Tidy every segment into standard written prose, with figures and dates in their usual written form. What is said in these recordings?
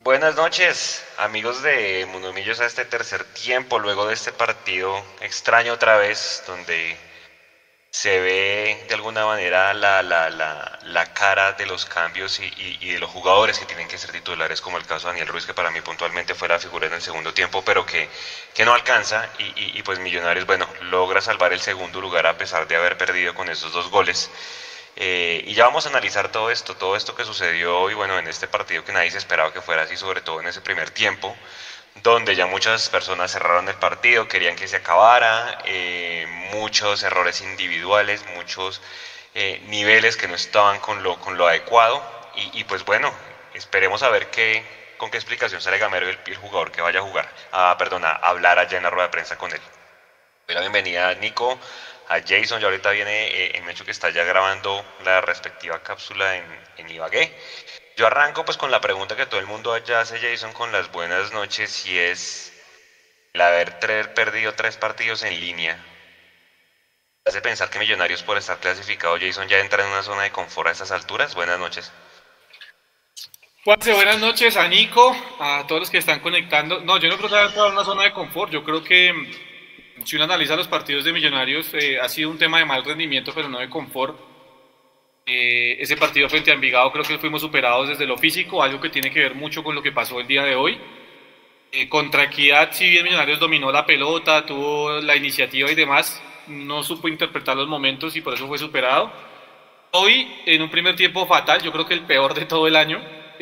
Buenas noches, amigos de Mundomillos, a este tercer tiempo, luego de este partido extraño otra vez, donde se ve de alguna manera la cara de los cambios y de los jugadores que tienen que ser titulares, como el caso de Daniel Ruiz, que para mí puntualmente fue la figura en el segundo tiempo, pero que no alcanza, y pues Millonarios, bueno, logra salvar el segundo lugar a pesar de haber perdido con esos dos goles. Y ya vamos a analizar todo esto que sucedió y bueno, en este partido que nadie se esperaba que fuera así, sobre todo en ese primer tiempo, donde ya muchas personas cerraron el partido, querían que se acabara, muchos errores individuales, muchos niveles que no estaban con lo adecuado pues bueno, esperemos a ver con qué explicación sale Gamero y el jugador que vaya a jugar, a hablar allá en la rueda de prensa con él. Doy la bienvenida a Nico, a Jason, ya ahorita viene en Mecho que está ya grabando la respectiva cápsula en Ibagué. Yo arranco pues con la pregunta que todo el mundo allá hace, Jason, con las buenas noches, y es el haber perdido tres partidos en línea. ¿Hace pensar que Millonarios, por estar clasificado, Jason, ya entra en una zona de confort a estas alturas? Buenas noches. Juanse, buenas noches a Nico, a todos los que están conectando. No, yo no creo que haya entrado en una zona de confort. Yo creo que si uno analiza los partidos de Millonarios, ha sido un tema de mal rendimiento, pero no de confort. Ese partido frente a Envigado creo que fuimos superados desde lo físico, algo que tiene que ver mucho con lo que pasó el día de hoy. Contra Equidad, si bien Millonarios dominó la pelota, tuvo la iniciativa y demás, no supo interpretar los momentos y por eso fue superado. Hoy, en un primer tiempo fatal, yo creo que el peor de todo el año.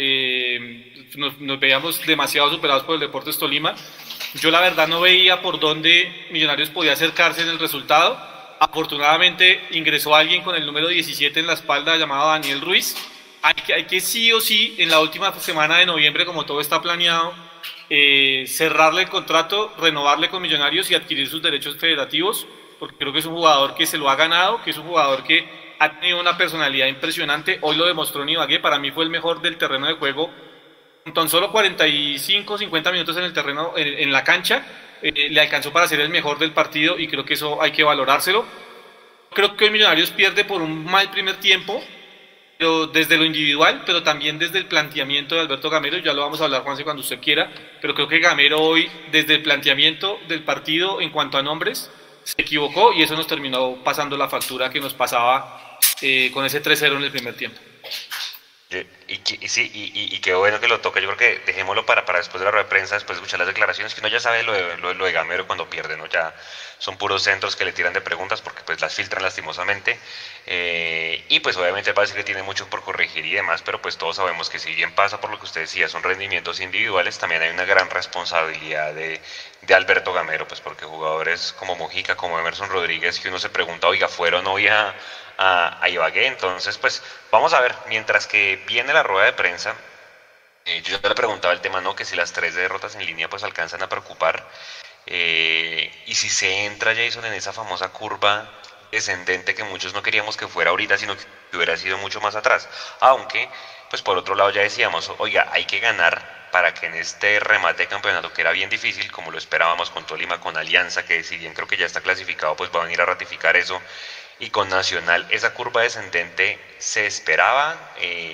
Nos veíamos demasiado superados por el Deportes Tolima. Yo la verdad no veía por dónde Millonarios podía acercarse en el resultado. Afortunadamente ingresó alguien con el número 17 en la espalda llamado Daniel Ruiz. Hay que sí o sí, en la última semana de noviembre, como todo está planeado, cerrarle el contrato, renovarle con Millonarios y adquirir sus derechos federativos, porque creo que es un jugador que se lo ha ganado, que es un jugador que ha tenido una personalidad impresionante. Hoy lo demostró en Ibagué, para mí fue el mejor del terreno de juego. Con tan solo 45, 50 minutos en el terreno, en la cancha, le alcanzó para ser el mejor del partido y creo que eso hay que valorárselo. Creo que Millonarios pierde por un mal primer tiempo, pero desde lo individual, pero también desde el planteamiento de Alberto Gamero. Ya lo vamos a hablar, Juanse, cuando usted quiera, pero creo que Gamero hoy, desde el planteamiento del partido en cuanto a nombres, se equivocó y eso nos terminó pasando la factura que nos pasaba con ese 3-0 en el primer tiempo. Sí, y qué bueno que lo toca. Yo creo que dejémoslo para después de la rueda de prensa, después de escuchar las declaraciones, que uno ya sabe lo de Gamero cuando pierde, ¿no? Ya son puros centros que le tiran de preguntas porque pues las filtran lastimosamente. Y pues obviamente parece que tiene mucho por corregir y demás, pero pues todos sabemos que si bien pasa por lo que usted decía, son rendimientos individuales, también hay una gran responsabilidad de Alberto Gamero, pues porque jugadores como Mojica, como Emerson Rodríguez, que uno se pregunta, oiga, ¿fueron hoy a Ibagué? Entonces, pues vamos a ver, mientras que viene la rueda de prensa, yo ya le preguntaba el tema, ¿no? Que si las tres derrotas en línea pues alcanzan a preocupar, y si se entra, Jason, en esa famosa curva descendente que muchos no queríamos que fuera ahorita, sino que hubiera sido mucho más atrás. Aunque, pues por otro lado ya decíamos, oiga, hay que ganar para que en este remate de campeonato, que era bien difícil, como lo esperábamos con Tolima, con Alianza, que si bien creo que ya está clasificado, pues va a venir a ratificar eso, y con Nacional, esa curva descendente se esperaba,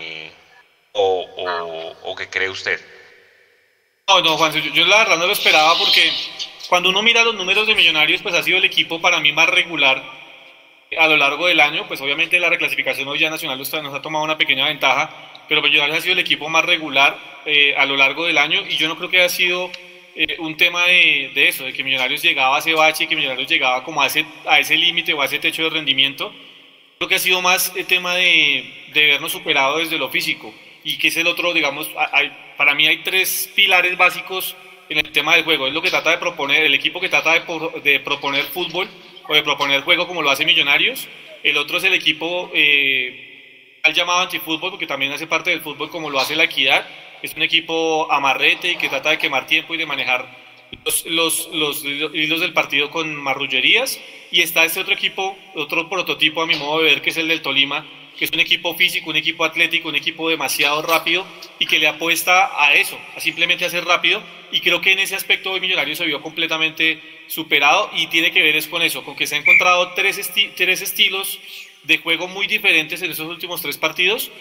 o qué cree usted. No, no, Juan, yo la verdad no lo esperaba porque cuando uno mira los números de Millonarios, pues ha sido el equipo para mí más regular a lo largo del año. Pues obviamente la reclasificación hoy ya Nacional nos ha tomado una pequeña ventaja, pero Millonarios ha sido el equipo más regular a lo largo del año y yo no creo que haya sido un tema de eso, de que Millonarios llegaba a ese bache, que Millonarios llegaba como a ese límite o a ese techo de rendimiento. Creo que ha sido más el tema de vernos superado desde lo físico y que es el otro, digamos, para mí hay tres pilares básicos en el tema del juego. Es lo que trata de proponer, el equipo que trata de proponer fútbol o de proponer juego como lo hace Millonarios. El otro es el equipo al llamado antifútbol, porque también hace parte del fútbol como lo hace la Equidad. Es un equipo amarrete y que trata de quemar tiempo y de manejar los hilos del partido con marrullerías. Y está este otro equipo, otro prototipo a mi modo de ver, que es el del Tolima, que es un equipo físico, un equipo atlético, un equipo demasiado rápido y que le apuesta a eso, a simplemente hacer rápido. Y creo que en ese aspecto hoy Millonarios se vio completamente superado y tiene que ver es con eso, con que se han encontrado tres estilos de juego muy diferentes en esos últimos tres partidos,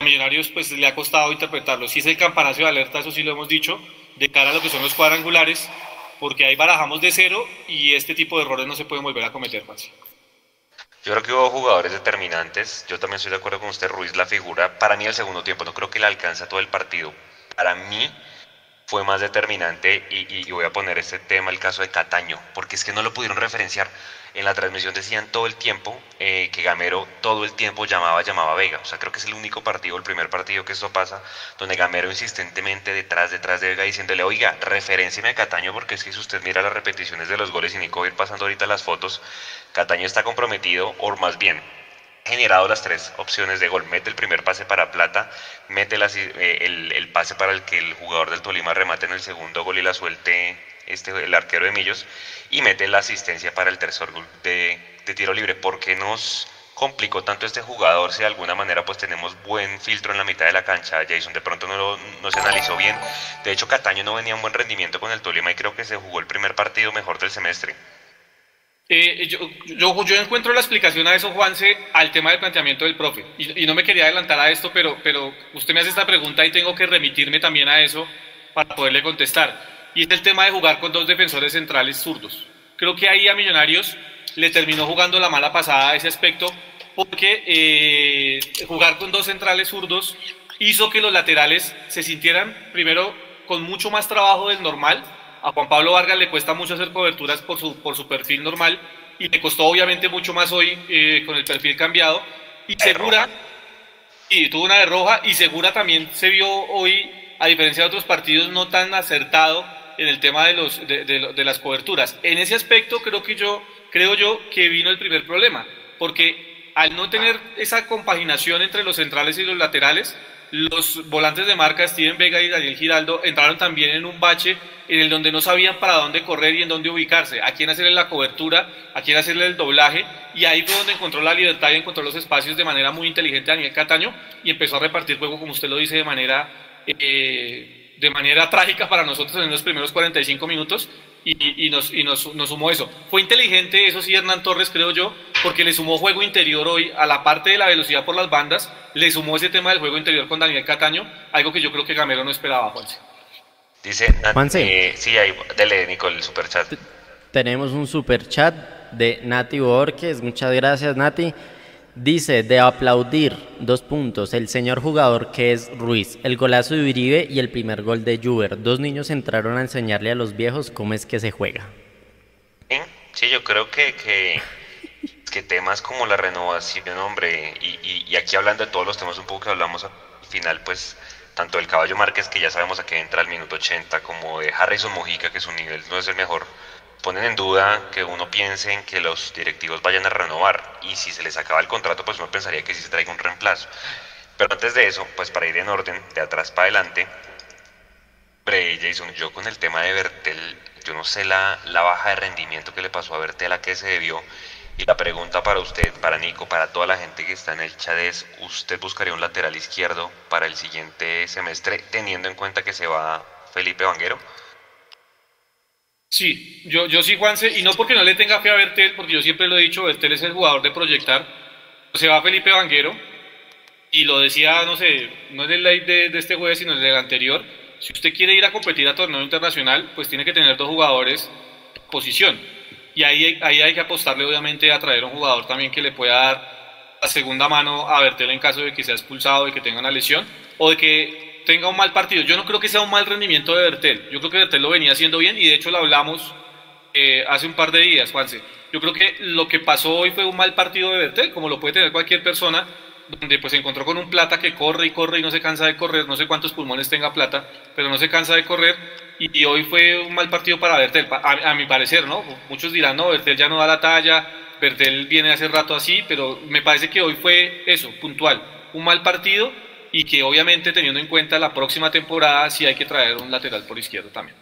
a Millonarios pues le ha costado interpretarlo. Si es el campanazo de alerta, eso sí lo hemos dicho, de cara a lo que son los cuadrangulares, porque ahí barajamos de cero y este tipo de errores no se pueden volver a cometer, Juanse. Yo creo que hubo jugadores determinantes. Yo también estoy de acuerdo con usted, Ruiz, la figura. Para mí el segundo tiempo, no creo que le alcanza todo el partido. Para mí fue más determinante y voy a poner este tema, el caso de Cataño, porque es que no lo pudieron referenciar. En la transmisión decían todo el tiempo que Gamero todo el tiempo llamaba a Vega. O sea, creo que es el único partido, el primer partido que esto pasa, donde Gamero insistentemente detrás de Vega diciéndole, oiga, referéncieme a Cataño, porque es que si usted mira las repeticiones de los goles y Nico va a ir pasando ahorita las fotos, Cataño está comprometido, o más bien, generado las tres opciones de gol. Mete el primer pase para Plata, mete el pase para el que el jugador del Tolima remate en el segundo gol y la suelte el arquero de Millos, y mete la asistencia para el tercer gol de tiro libre. ¿Por qué nos complicó tanto este jugador? Si de alguna manera pues tenemos buen filtro en la mitad de la cancha, Jason de pronto no se analizó bien. De hecho, Cataño no venía un buen rendimiento con el Tolima y creo que se jugó el primer partido mejor del semestre. Yo encuentro la explicación a eso, Juanse, al tema del planteamiento del profe. Y no me quería adelantar a esto, pero usted me hace esta pregunta y tengo que remitirme también a eso para poderle contestar. Y es el tema de jugar con dos defensores centrales zurdos. Creo que ahí a Millonarios le terminó jugando la mala pasada ese aspecto, porque jugar con dos centrales zurdos hizo que los laterales se sintieran, primero, con mucho más trabajo del normal. A Juan Pablo Vargas le cuesta mucho hacer coberturas por su perfil normal y le costó obviamente mucho más hoy con el perfil cambiado. Y Segura, y tuvo una de roja, y Segura también se vio hoy, a diferencia de otros partidos, no tan acertado en el tema de las coberturas. En ese aspecto creo yo que vino el primer problema, porque al no tener esa compaginación entre los centrales y los laterales, los volantes de marca Steven Vega y Daniel Giraldo entraron también en un bache en el donde no sabían para dónde correr y en dónde ubicarse, a quién hacerle la cobertura, a quién hacerle el doblaje, y ahí fue donde encontró la libertad y encontró los espacios de manera muy inteligente Daniel Cataño y empezó a repartir juego, como usted lo dice, de manera trágica para nosotros en los primeros 45 minutos y nos sumó eso. Fue inteligente, eso sí, Hernán Torres, creo yo, porque le sumó juego interior hoy a la parte de la velocidad por las bandas, le sumó ese tema del juego interior con Daniel Cataño, algo que yo creo que Gamero no esperaba, Juanse. Dice, Juanse, sí, ahí, dele, Nicole, el superchat. Tenemos un superchat de Nati Borges, muchas gracias, Nati. Dice, de aplaudir, 2 puntos, el señor jugador que es Ruiz, el golazo de Uribe y el primer gol de Juber. 2 niños entraron a enseñarle a los viejos cómo es que se juega. Sí, yo creo que temas como la renovación, hombre, y aquí hablando de todos los temas un poco que hablamos al final, pues tanto del Caballo Márquez, que ya sabemos a qué entra al minuto 80, como de Harrison Mojica, que su nivel no es el mejor, ponen en duda que uno piense en que los directivos vayan a renovar, y si se les acaba el contrato, pues uno pensaría que sí se traiga un reemplazo. Pero antes de eso, pues para ir en orden, de atrás para adelante, Jason, yo con el tema de Bertel, yo no sé la baja de rendimiento que le pasó a Bertel, a qué se debió, y la pregunta para usted, para Nico, para toda la gente que está en el chat es, ¿usted buscaría un lateral izquierdo para el siguiente semestre, teniendo en cuenta que se va Felipe Vanguero? Sí, yo sí, Juanse, y no porque no le tenga fe a Bertel, porque yo siempre lo he dicho, Bertel es el jugador de proyectar. Se va Felipe Vanguero, y lo decía, no sé, no es el live de este jueves, sino el del anterior. Si usted quiere ir a competir a torneo internacional, pues tiene que tener 2 jugadores en posición. Y ahí hay que apostarle, obviamente, a traer un jugador también que le pueda dar la segunda mano a Bertel en caso de que sea expulsado y que tenga una lesión, o de que tenga un mal partido. Yo no creo que sea un mal rendimiento de Bertel. Yo creo que Bertel lo venía haciendo bien y de hecho lo hablamos hace un par de días, Juanse. Yo creo que lo que pasó hoy fue un mal partido de Bertel, como lo puede tener cualquier persona, donde pues se encontró con un Plata que corre y corre y no se cansa de correr. No sé cuántos pulmones tenga Plata, pero no se cansa de correr. Y hoy fue un mal partido para Bertel, a mi parecer, ¿no? Muchos dirán, no, Bertel ya no da la talla, Bertel viene hace rato así, pero me parece que hoy fue eso, puntual, un mal partido, y que obviamente teniendo en cuenta la próxima temporada sí hay que traer un lateral por izquierda también.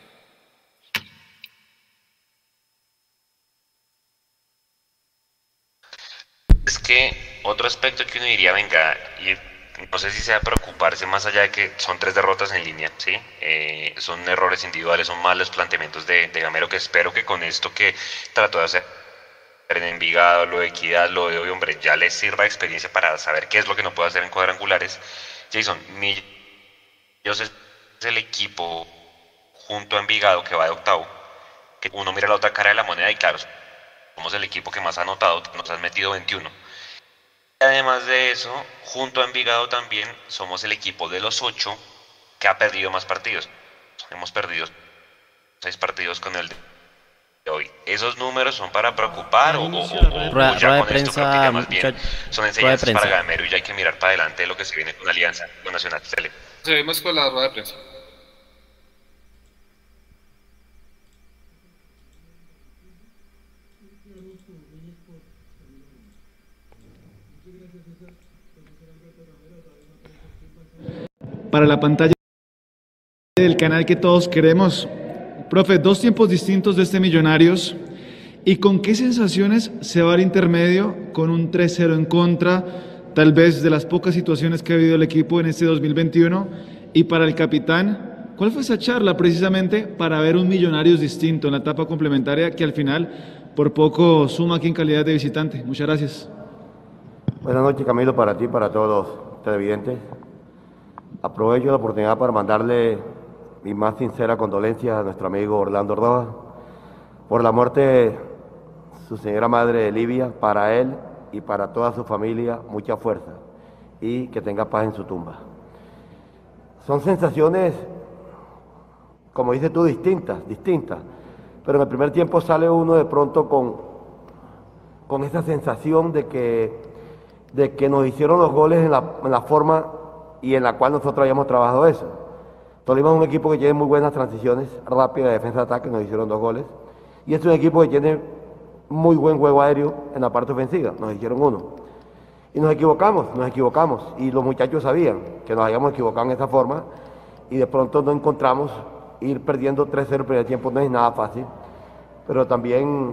Es que otro aspecto que uno diría, venga, y no sé si sea preocuparse más allá de que son 3 derrotas en línea, ¿sí? Son errores individuales, son malos planteamientos de Gamero, que espero que con esto que trató de hacer en Envigado, lo de Equidad, lo de hoy, hombre, ya les sirva de experiencia para saber qué es lo que no puede hacer en cuadrangulares. Jason, Millos es el equipo junto a Envigado que va de octavo, que uno mira la otra cara de la moneda y claro, somos el equipo que más ha anotado, nos han metido 21. Además de eso, junto a Envigado también somos el equipo de los 8 que ha perdido más partidos. Hemos perdido 6 partidos con el de hoy. ¿Esos números son para preocupar o ya con esto creo que ya más bien son enseñanzas para Gamero y ya hay que mirar para adelante lo que se viene con Alianza, con Nacional? Seguimos con la rueda de prensa. Para la pantalla del canal que todos queremos. Profe, 2 tiempos distintos de este Millonarios. ¿Y con qué sensaciones se va al intermedio con un 3-0 en contra, tal vez de las pocas situaciones que ha habido el equipo en este 2021? Y para el capitán, ¿cuál fue esa charla precisamente para ver un Millonarios distinto en la etapa complementaria que al final por poco suma aquí en calidad de visitante? Muchas gracias. Buenas noches, Camilo, para ti y para todos los televidentes. Aprovecho la oportunidad para mandarle mi más sincera condolencia a nuestro amigo Orlando Rojas por la muerte de su señora madre Livia. Para él y para toda su familia, mucha fuerza y que tenga paz en su tumba. Son sensaciones, como dices tú, distintas, pero en el primer tiempo sale uno de pronto con esa sensación de que nos hicieron los goles en la forma y en la cual nosotros habíamos trabajado eso. Tolima es un equipo que tiene muy buenas transiciones rápidas de defensa-ataque, nos hicieron 2 goles, y es un equipo que tiene muy buen juego aéreo en la parte ofensiva, nos hicieron 1. Y nos equivocamos, y los muchachos sabían que nos habíamos equivocado en esa forma, y de pronto no encontramos ir perdiendo 3-0 el primer tiempo, no es nada fácil, pero también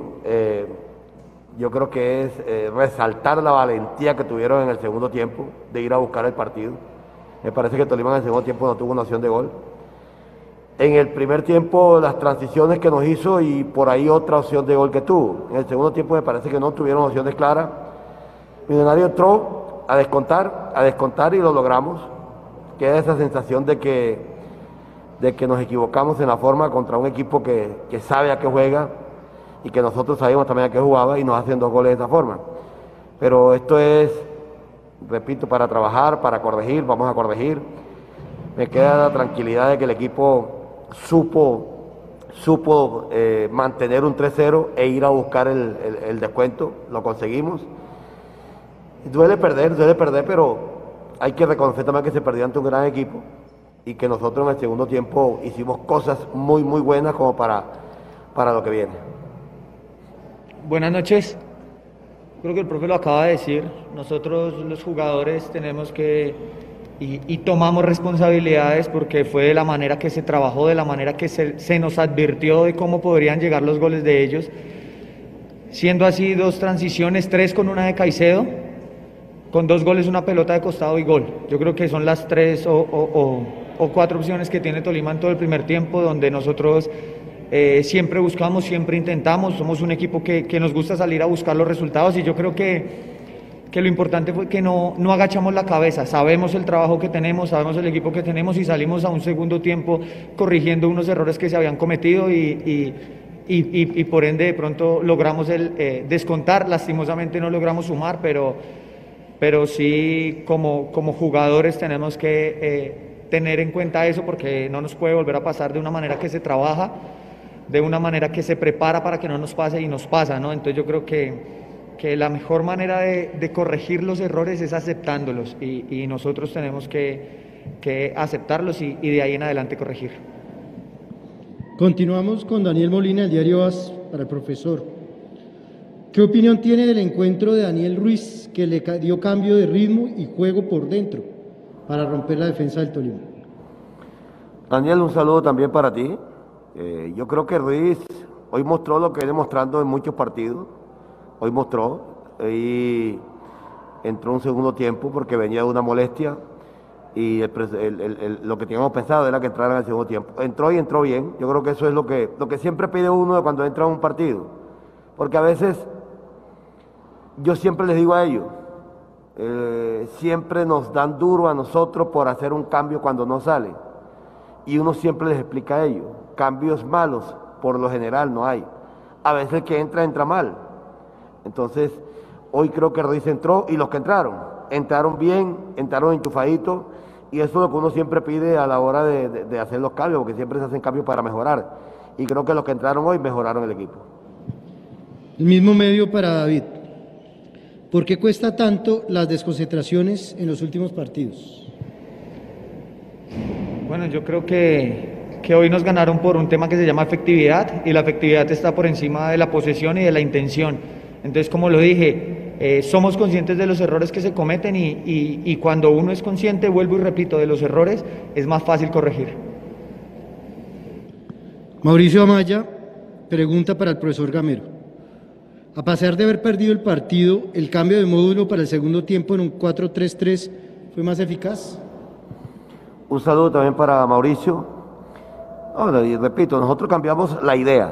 yo creo que es resaltar la valentía que tuvieron en el segundo tiempo de ir a buscar el partido. Me parece que Tolima en el segundo tiempo no tuvo una opción de gol. En el primer tiempo las transiciones que nos hizo y por ahí otra opción de gol que tuvo. En el segundo tiempo me parece que no tuvieron opciones claras. Millonario entró a descontar y lo logramos. Queda esa sensación de que nos equivocamos en la forma contra un equipo que sabe a qué juega y que nosotros sabíamos también a qué jugaba y nos hacen 2 goles de esa forma. Pero esto es, repito, para trabajar, para corregir, vamos a corregir. Me queda la tranquilidad de que el equipo supo mantener un 3-0 e ir a buscar el descuento, lo conseguimos. Duele perder, pero hay que reconocer también que se perdió ante un gran equipo y que nosotros en el segundo tiempo hicimos cosas muy buenas como para lo que viene. Buenas noches. Creo que el profe lo acaba de decir. Nosotros los jugadores tenemos que y tomamos responsabilidades porque fue de la manera que se trabajó, de la manera que se nos advirtió de cómo podrían llegar los goles de ellos. Siendo así 2 transiciones, 3 con una de Caicedo, con 2 goles, una pelota de costado y gol. Yo creo que son las 3 o 4 opciones que tiene Tolima en todo el primer tiempo, donde nosotros siempre buscamos, siempre intentamos. Somos un equipo que nos gusta salir a buscar los resultados y yo creo que lo importante fue que no agachamos la cabeza. Sabemos el trabajo que tenemos, sabemos el equipo que tenemos y salimos a un segundo tiempo corrigiendo unos errores que se habían cometido y por ende de pronto logramos descontar. Lastimosamente no logramos sumar, pero sí como jugadores tenemos que tener en cuenta eso porque no nos puede volver a pasar, de una manera que se trabaja, de una manera que se prepara para que no nos pase y nos pasa, ¿no? Entonces yo creo que la mejor manera de corregir los errores es aceptándolos y nosotros tenemos que aceptarlos y de ahí en adelante corregir. Continuamos con Daniel Molina, el diario AS, para el profesor. ¿Qué opinión tiene del encuentro de Daniel Ruiz, que le dio cambio de ritmo y juego por dentro para romper la defensa del Tolima? Daniel, un saludo también para ti. Yo creo que Ruiz hoy mostró lo que viene mostrando en muchos partidos. Hoy entró un segundo tiempo porque venía de una molestia y lo que teníamos pensado era que entrara en el segundo tiempo. Entró y entró bien. Yo creo que eso es lo que siempre pide uno cuando entra a un partido. Porque a veces yo siempre les digo a ellos, siempre nos dan duro a nosotros por hacer un cambio cuando no sale. Y uno siempre les explica a ellos, cambios malos por lo general no hay. A veces el que entra mal. Entonces, hoy creo que Ruiz entró y los que entraron bien, entraron enchufaditos, y eso es lo que uno siempre pide a la hora de hacer los cambios, porque siempre se hacen cambios para mejorar. Y creo que los que entraron hoy mejoraron el equipo. El mismo medio para David. ¿Por qué cuesta tanto las desconcentraciones en los últimos partidos? Bueno, yo creo que hoy nos ganaron por un tema que se llama efectividad, y la efectividad está por encima de la posesión y de la intención. Entonces, como lo dije, somos conscientes de los errores que se cometen y cuando uno es consciente, vuelvo y repito, de los errores, es más fácil corregir. Mauricio Amaya pregunta para el profesor Gamero. A pesar de haber perdido el partido, ¿el cambio de módulo para el segundo tiempo en un 4-3-3 fue más eficaz? Un saludo también para Mauricio. Y repito, nosotros cambiamos la idea,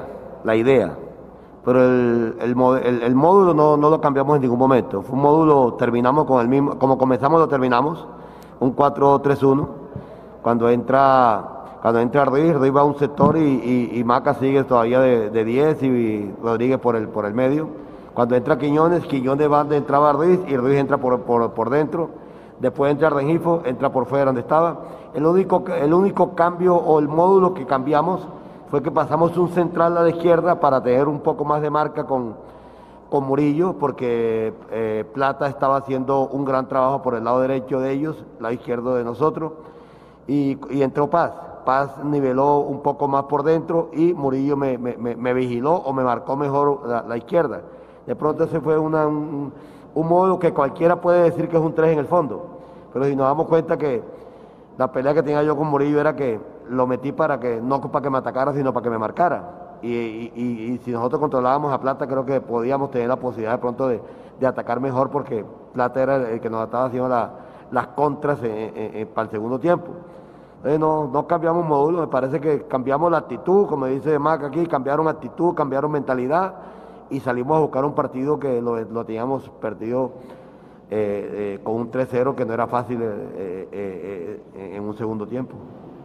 pero el módulo no lo cambiamos en ningún momento. Fue un módulo, terminamos con el mismo, como comenzamos lo terminamos, un 4-3-1. Cuando entra Ruiz va a un sector y Maca sigue todavía de 10 y Rodríguez por el medio. Cuando entra Quiñones va de entraba Ruiz y Ruiz entra por dentro. Después entra Rengifo, entra por fuera donde estaba. El único cambio o el módulo que cambiamos fue que pasamos un central a la izquierda para tener un poco más de marca con Murillo, porque Plata estaba haciendo un gran trabajo por el lado derecho de ellos, lado izquierdo de nosotros, y entró Paz. Paz niveló un poco más por dentro y Murillo me vigiló o me marcó mejor la izquierda. De pronto ese fue un modo que cualquiera puede decir que es un 3 en el fondo, pero si nos damos cuenta que la pelea que tenía yo con Murillo era que lo metí no para que me atacara, sino para que me marcara. Y si nosotros controlábamos a Plata, creo que podíamos tener la posibilidad de pronto de atacar mejor, porque Plata era el que nos estaba haciendo las contras para el segundo tiempo. No cambiamos módulo, me parece que cambiamos la actitud, como dice Mac aquí, cambiaron actitud, cambiaron mentalidad y salimos a buscar un partido que lo teníamos perdido con un 3-0 que no era fácil en un segundo tiempo.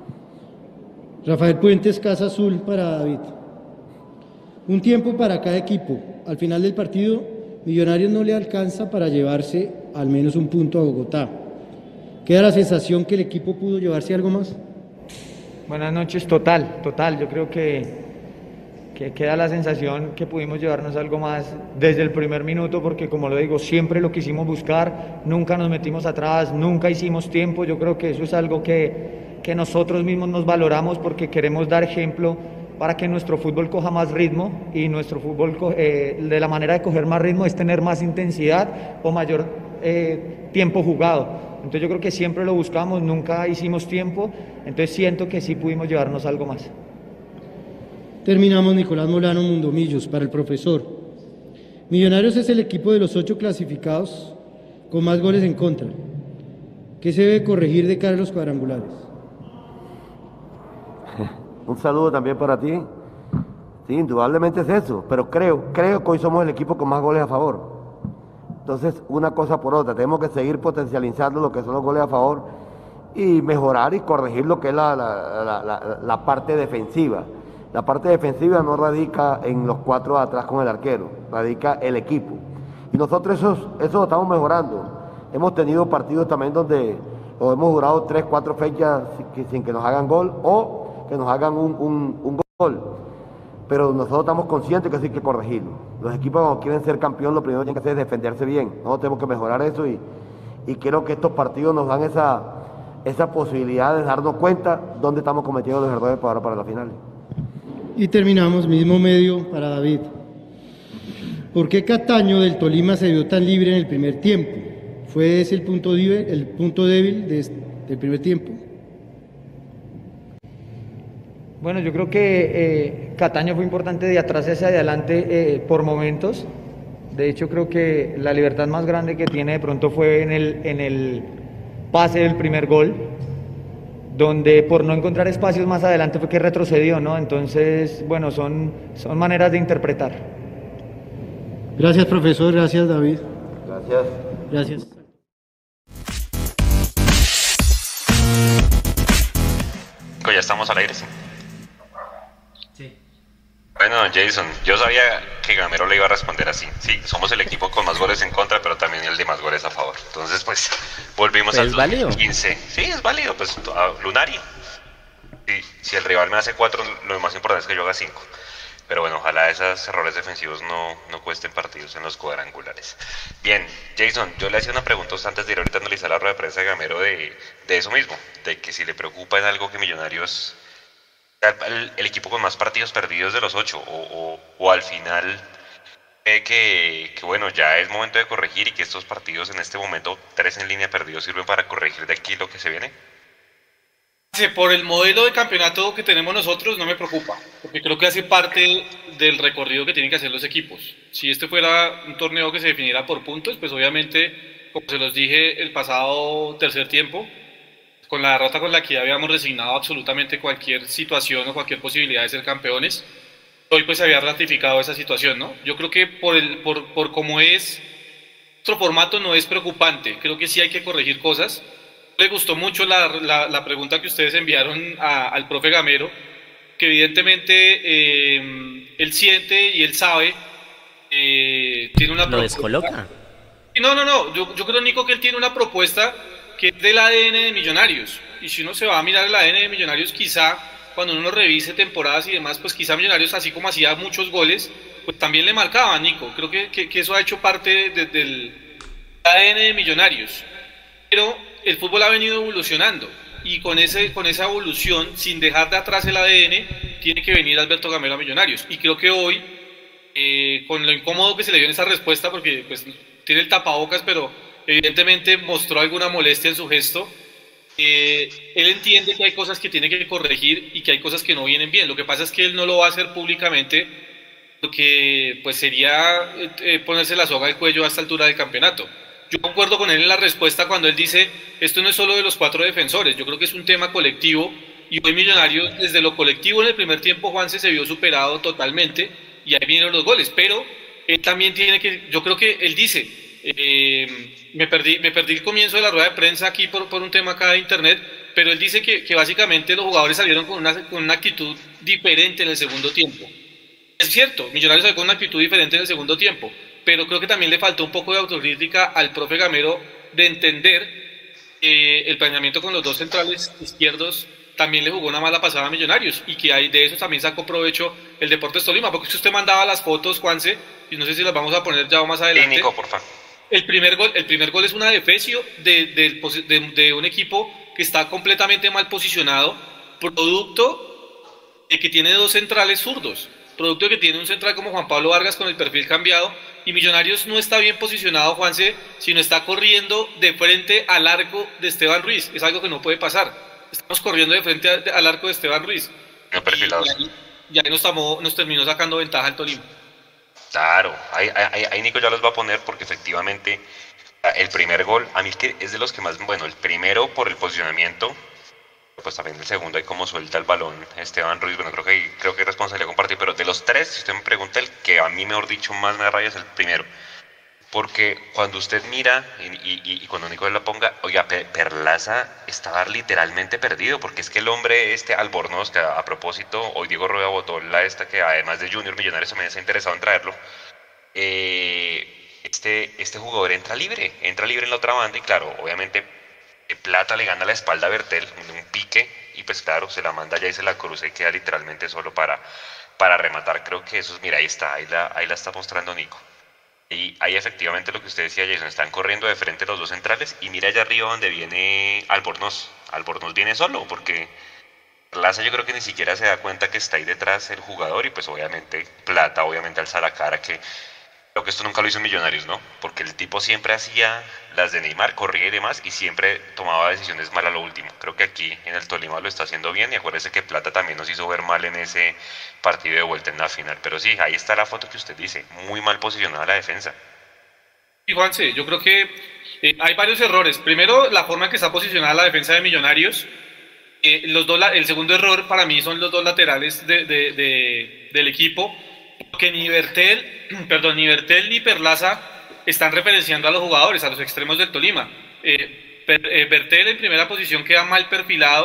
Rafael Puentes, Casa Azul para David. Un tiempo para cada equipo. Al final del partido, Millonarios no le alcanza para llevarse al menos un punto a Bogotá. ¿Queda la sensación que el equipo pudo llevarse algo más? Buenas noches, total. Yo creo que queda la sensación que pudimos llevarnos algo más desde el primer minuto, porque como lo digo, siempre lo quisimos buscar, nunca nos metimos atrás, nunca hicimos tiempo. Yo creo que eso es algo que nosotros mismos nos valoramos, porque queremos dar ejemplo para que nuestro fútbol coja más ritmo, y nuestro fútbol de la manera de coger más ritmo es tener más intensidad o mayor tiempo jugado. Entonces yo creo que siempre lo buscamos, nunca hicimos tiempo, entonces siento que sí pudimos llevarnos algo más. Terminamos. Nicolás Molano, Mundomillos, para el profesor. Millonarios es el equipo de los 8 clasificados con más goles en contra. ¿Qué se debe corregir de cara a los cuadrangulares? Un saludo también para ti. Sí, indudablemente es eso, pero creo que hoy somos el equipo con más goles a favor. Entonces, una cosa por otra, tenemos que seguir potencializando lo que son los goles a favor y mejorar y corregir lo que es la parte defensiva. La parte defensiva no radica en los 4 de atrás con el arquero, radica el equipo. Y nosotros eso lo estamos mejorando. Hemos tenido partidos también donde hemos durado 3, 4 fechas sin que nos hagan gol o que nos hagan un gol. Pero nosotros estamos conscientes que eso hay que corregirlo. Los equipos, cuando quieren ser campeón, lo primero que tienen que hacer es defenderse bien. Nosotros tenemos que mejorar eso y creo que estos partidos nos dan esa posibilidad de darnos cuenta dónde estamos cometiendo los errores para la final. Y terminamos, mismo medio para David. ¿Por qué Cataño del Tolima se vio tan libre en el primer tiempo? ¿Fue ese el punto débil del primer tiempo? Bueno, yo creo que Cataño fue importante de atrás hacia adelante por momentos. De hecho, creo que la libertad más grande que tiene de pronto fue en el pase del primer gol, donde por no encontrar espacios más adelante fue que retrocedió, ¿no? Entonces, bueno, son maneras de interpretar. Gracias, profesor. Gracias, David. Gracias. Gracias. estamos al aire, sí. Sí. Bueno, Jason, yo sabía que Gamero le iba a responder así. Sí, somos el equipo con más goles en contra, pero también el de más goles a favor. Entonces, pues, volvimos al ¿Es válido? 2015. Sí, es válido, pues, Lunari. Sí, si el rival me hace 4, lo más importante es que yo haga 5. Pero bueno, ojalá esos errores defensivos no cuesten partidos en los cuadrangulares. Bien, Jason, yo le hacía una pregunta antes de ir ahorita a analizar la rueda de prensa de Gamero de eso mismo, de que si le preocupa en algo que Millonarios sea el equipo con más partidos perdidos de los 8, o al final cree que bueno, ya es momento de corregir y que estos partidos en este momento, 3 en línea perdidos, sirven para corregir de aquí lo que se viene. Por el modelo de campeonato que tenemos nosotros no me preocupa, porque creo que hace parte del recorrido que tienen que hacer los equipos. Si este fuera un torneo que se definiera por puntos, pues obviamente, como se los dije el pasado tercer tiempo, con la derrota con la que ya habíamos resignado absolutamente cualquier situación o cualquier posibilidad de ser campeones, hoy pues se había ratificado esa situación, ¿no? Yo creo que por cómo es nuestro formato no es preocupante, creo que sí hay que corregir cosas. Le gustó mucho la pregunta que ustedes enviaron al profe Gamero, que evidentemente él siente y él sabe, tiene una Lo propuesta. descoloca. No, yo creo, Nico, que él tiene una propuesta que es del ADN de Millonarios, y si uno se va a mirar el ADN de Millonarios, quizá cuando uno revise temporadas y demás, pues quizá Millonarios, así como hacía muchos goles, pues también le marcaba, Nico. Creo que eso ha hecho parte del ADN de Millonarios, pero el fútbol ha venido evolucionando y con esa evolución, sin dejar de atrás el ADN, tiene que venir Alberto Gamero a Millonarios. Y creo que hoy, con lo incómodo que se le dio en esa respuesta, porque pues tiene el tapabocas, pero evidentemente mostró alguna molestia en su gesto, él entiende que hay cosas que tiene que corregir y que hay cosas que no vienen bien. Lo que pasa es que él no lo va a hacer públicamente, porque pues sería ponerse la soga al cuello a esta altura del campeonato. Yo concuerdo con él en la respuesta cuando él dice, esto no es solo de los 4 defensores, yo creo que es un tema colectivo, y hoy Millonarios desde lo colectivo en el primer tiempo, Juanse, se vio superado totalmente, y ahí vienen los goles, pero él también tiene que, yo creo que él dice, me perdí el comienzo de la rueda de prensa aquí por un tema acá de internet, pero él dice que básicamente los jugadores salieron con una actitud diferente en el segundo tiempo. Es cierto, Millonarios salió con una actitud diferente en el segundo tiempo, pero creo que también le faltó un poco de autocrítica al profe Gamero de entender el planeamiento con los 2 centrales izquierdos también le jugó una mala pasada a Millonarios, y que de eso también sacó provecho el Deportes Tolima, porque si usted mandaba las fotos, Juanse, y no sé si las vamos a poner ya más adelante. Nico, por favor. El primer gol es una defecio de un equipo que está completamente mal posicionado, producto de que tiene 2 centrales zurdos, producto de que tiene un central como Juan Pablo Vargas con el perfil cambiado, y Millonarios no está bien posicionado, Juanse, sino está corriendo de frente al arco de Esteban Ruiz. Es algo que no puede pasar. Estamos corriendo de frente al arco de Esteban Ruiz. No perfilados. Y ahí nos terminó sacando ventaja el Tolima. Claro, ahí Nico ya los va a poner, porque efectivamente el primer gol, a mí es de los que más, bueno, el primero por el posicionamiento, pues también el segundo hay como suelta el balón Esteban Ruiz, bueno, creo que hay responsabilidad compartida, pero de los 3, si usted me pregunta, el que a mí mejor dicho más me da rabia es el primero, porque cuando usted mira y cuando Nico la ponga, oiga, Perlaza estaba literalmente perdido, porque es que el hombre Albornoz, que a propósito hoy Diego Rueda botó que además de Junior Millonarios también está interesado en traerlo, este jugador entra libre en la otra banda, y claro, obviamente Plata le gana la espalda a Bertel, un pique, y pues claro, se la manda allá y se la cruza y queda literalmente solo para rematar. Creo que eso, mira, ahí la está mostrando Nico. Y ahí efectivamente lo que usted decía, Jason, están corriendo de frente los 2 centrales, y mira allá arriba donde viene Albornoz. Albornoz viene solo, porque Plaza yo creo que ni siquiera se da cuenta que está ahí detrás el jugador, y pues obviamente Plata, obviamente alza la cara, que creo que esto nunca lo hizo Millonarios, ¿no? Porque el tipo siempre hacía las de Neymar, corría y demás, y siempre tomaba decisiones mal a lo último. Creo que aquí en el Tolima lo está haciendo bien, y acuérdese que Plata también nos hizo ver mal en ese partido de vuelta en la final. Pero sí, ahí está la foto que usted dice, muy mal posicionada la defensa. Y Juanse, yo creo que hay varios errores. Primero, la forma en que está posicionada la defensa de Millonarios. El segundo error para mí son los 2 laterales del equipo, porque ni Bertel ni Perlaza están referenciando a los jugadores, a los extremos del Tolima. Bertel en primera posición queda mal perfilado,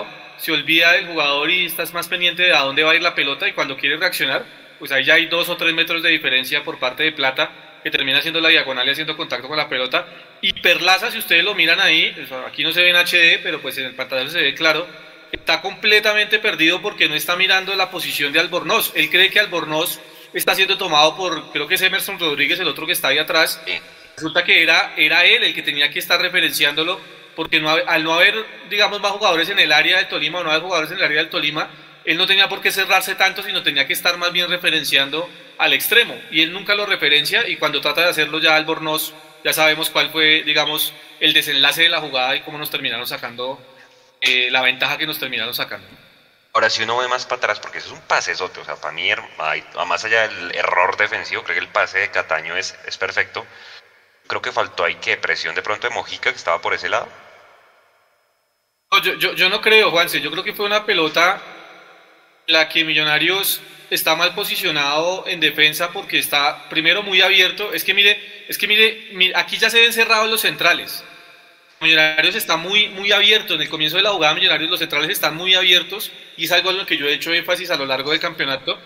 se olvida del jugador y estás más pendiente de a dónde va a ir la pelota, y cuando quiere reaccionar, pues ahí ya hay 2 o 3 metros de diferencia por parte de Plata, que termina haciendo la diagonal y haciendo contacto con la pelota. Y Perlaza, si ustedes lo miran ahí, pues aquí no se ve en HD, pero pues en el pantallazo se ve claro, está completamente perdido porque no está mirando la posición de Albornoz. Él cree que Albornoz está siendo tomado por, creo que es Emerson Rodríguez, el otro que está ahí atrás. Resulta que era él el que tenía que estar referenciándolo, porque al no haber, digamos, más jugadores en el área del Tolima, o no haber jugadores en el área del Tolima, él no tenía por qué cerrarse tanto, sino tenía que estar más bien referenciando al extremo, y él nunca lo referencia, y cuando trata de hacerlo ya Albornoz, ya sabemos cuál fue, digamos, el desenlace de la jugada y cómo nos terminaron sacando, la ventaja que nos terminaron sacando. Ahora, si uno ve más para atrás, porque eso es un pasezote, o sea, para mí, más allá del error defensivo, creo que el pase de Cataño es perfecto. Creo que faltó ahí que presión de pronto de Mojica, que estaba por ese lado. No, yo no creo, Juanse, yo creo que fue una pelota la que Millonarios está mal posicionado en defensa porque está primero muy abierto. Es que mire, aquí ya se ven cerrados los centrales. Millonarios está muy abierto. En el comienzo de la jugada Millonarios los centrales están muy abiertos, y es algo en lo que yo he hecho énfasis a lo largo del campeonato.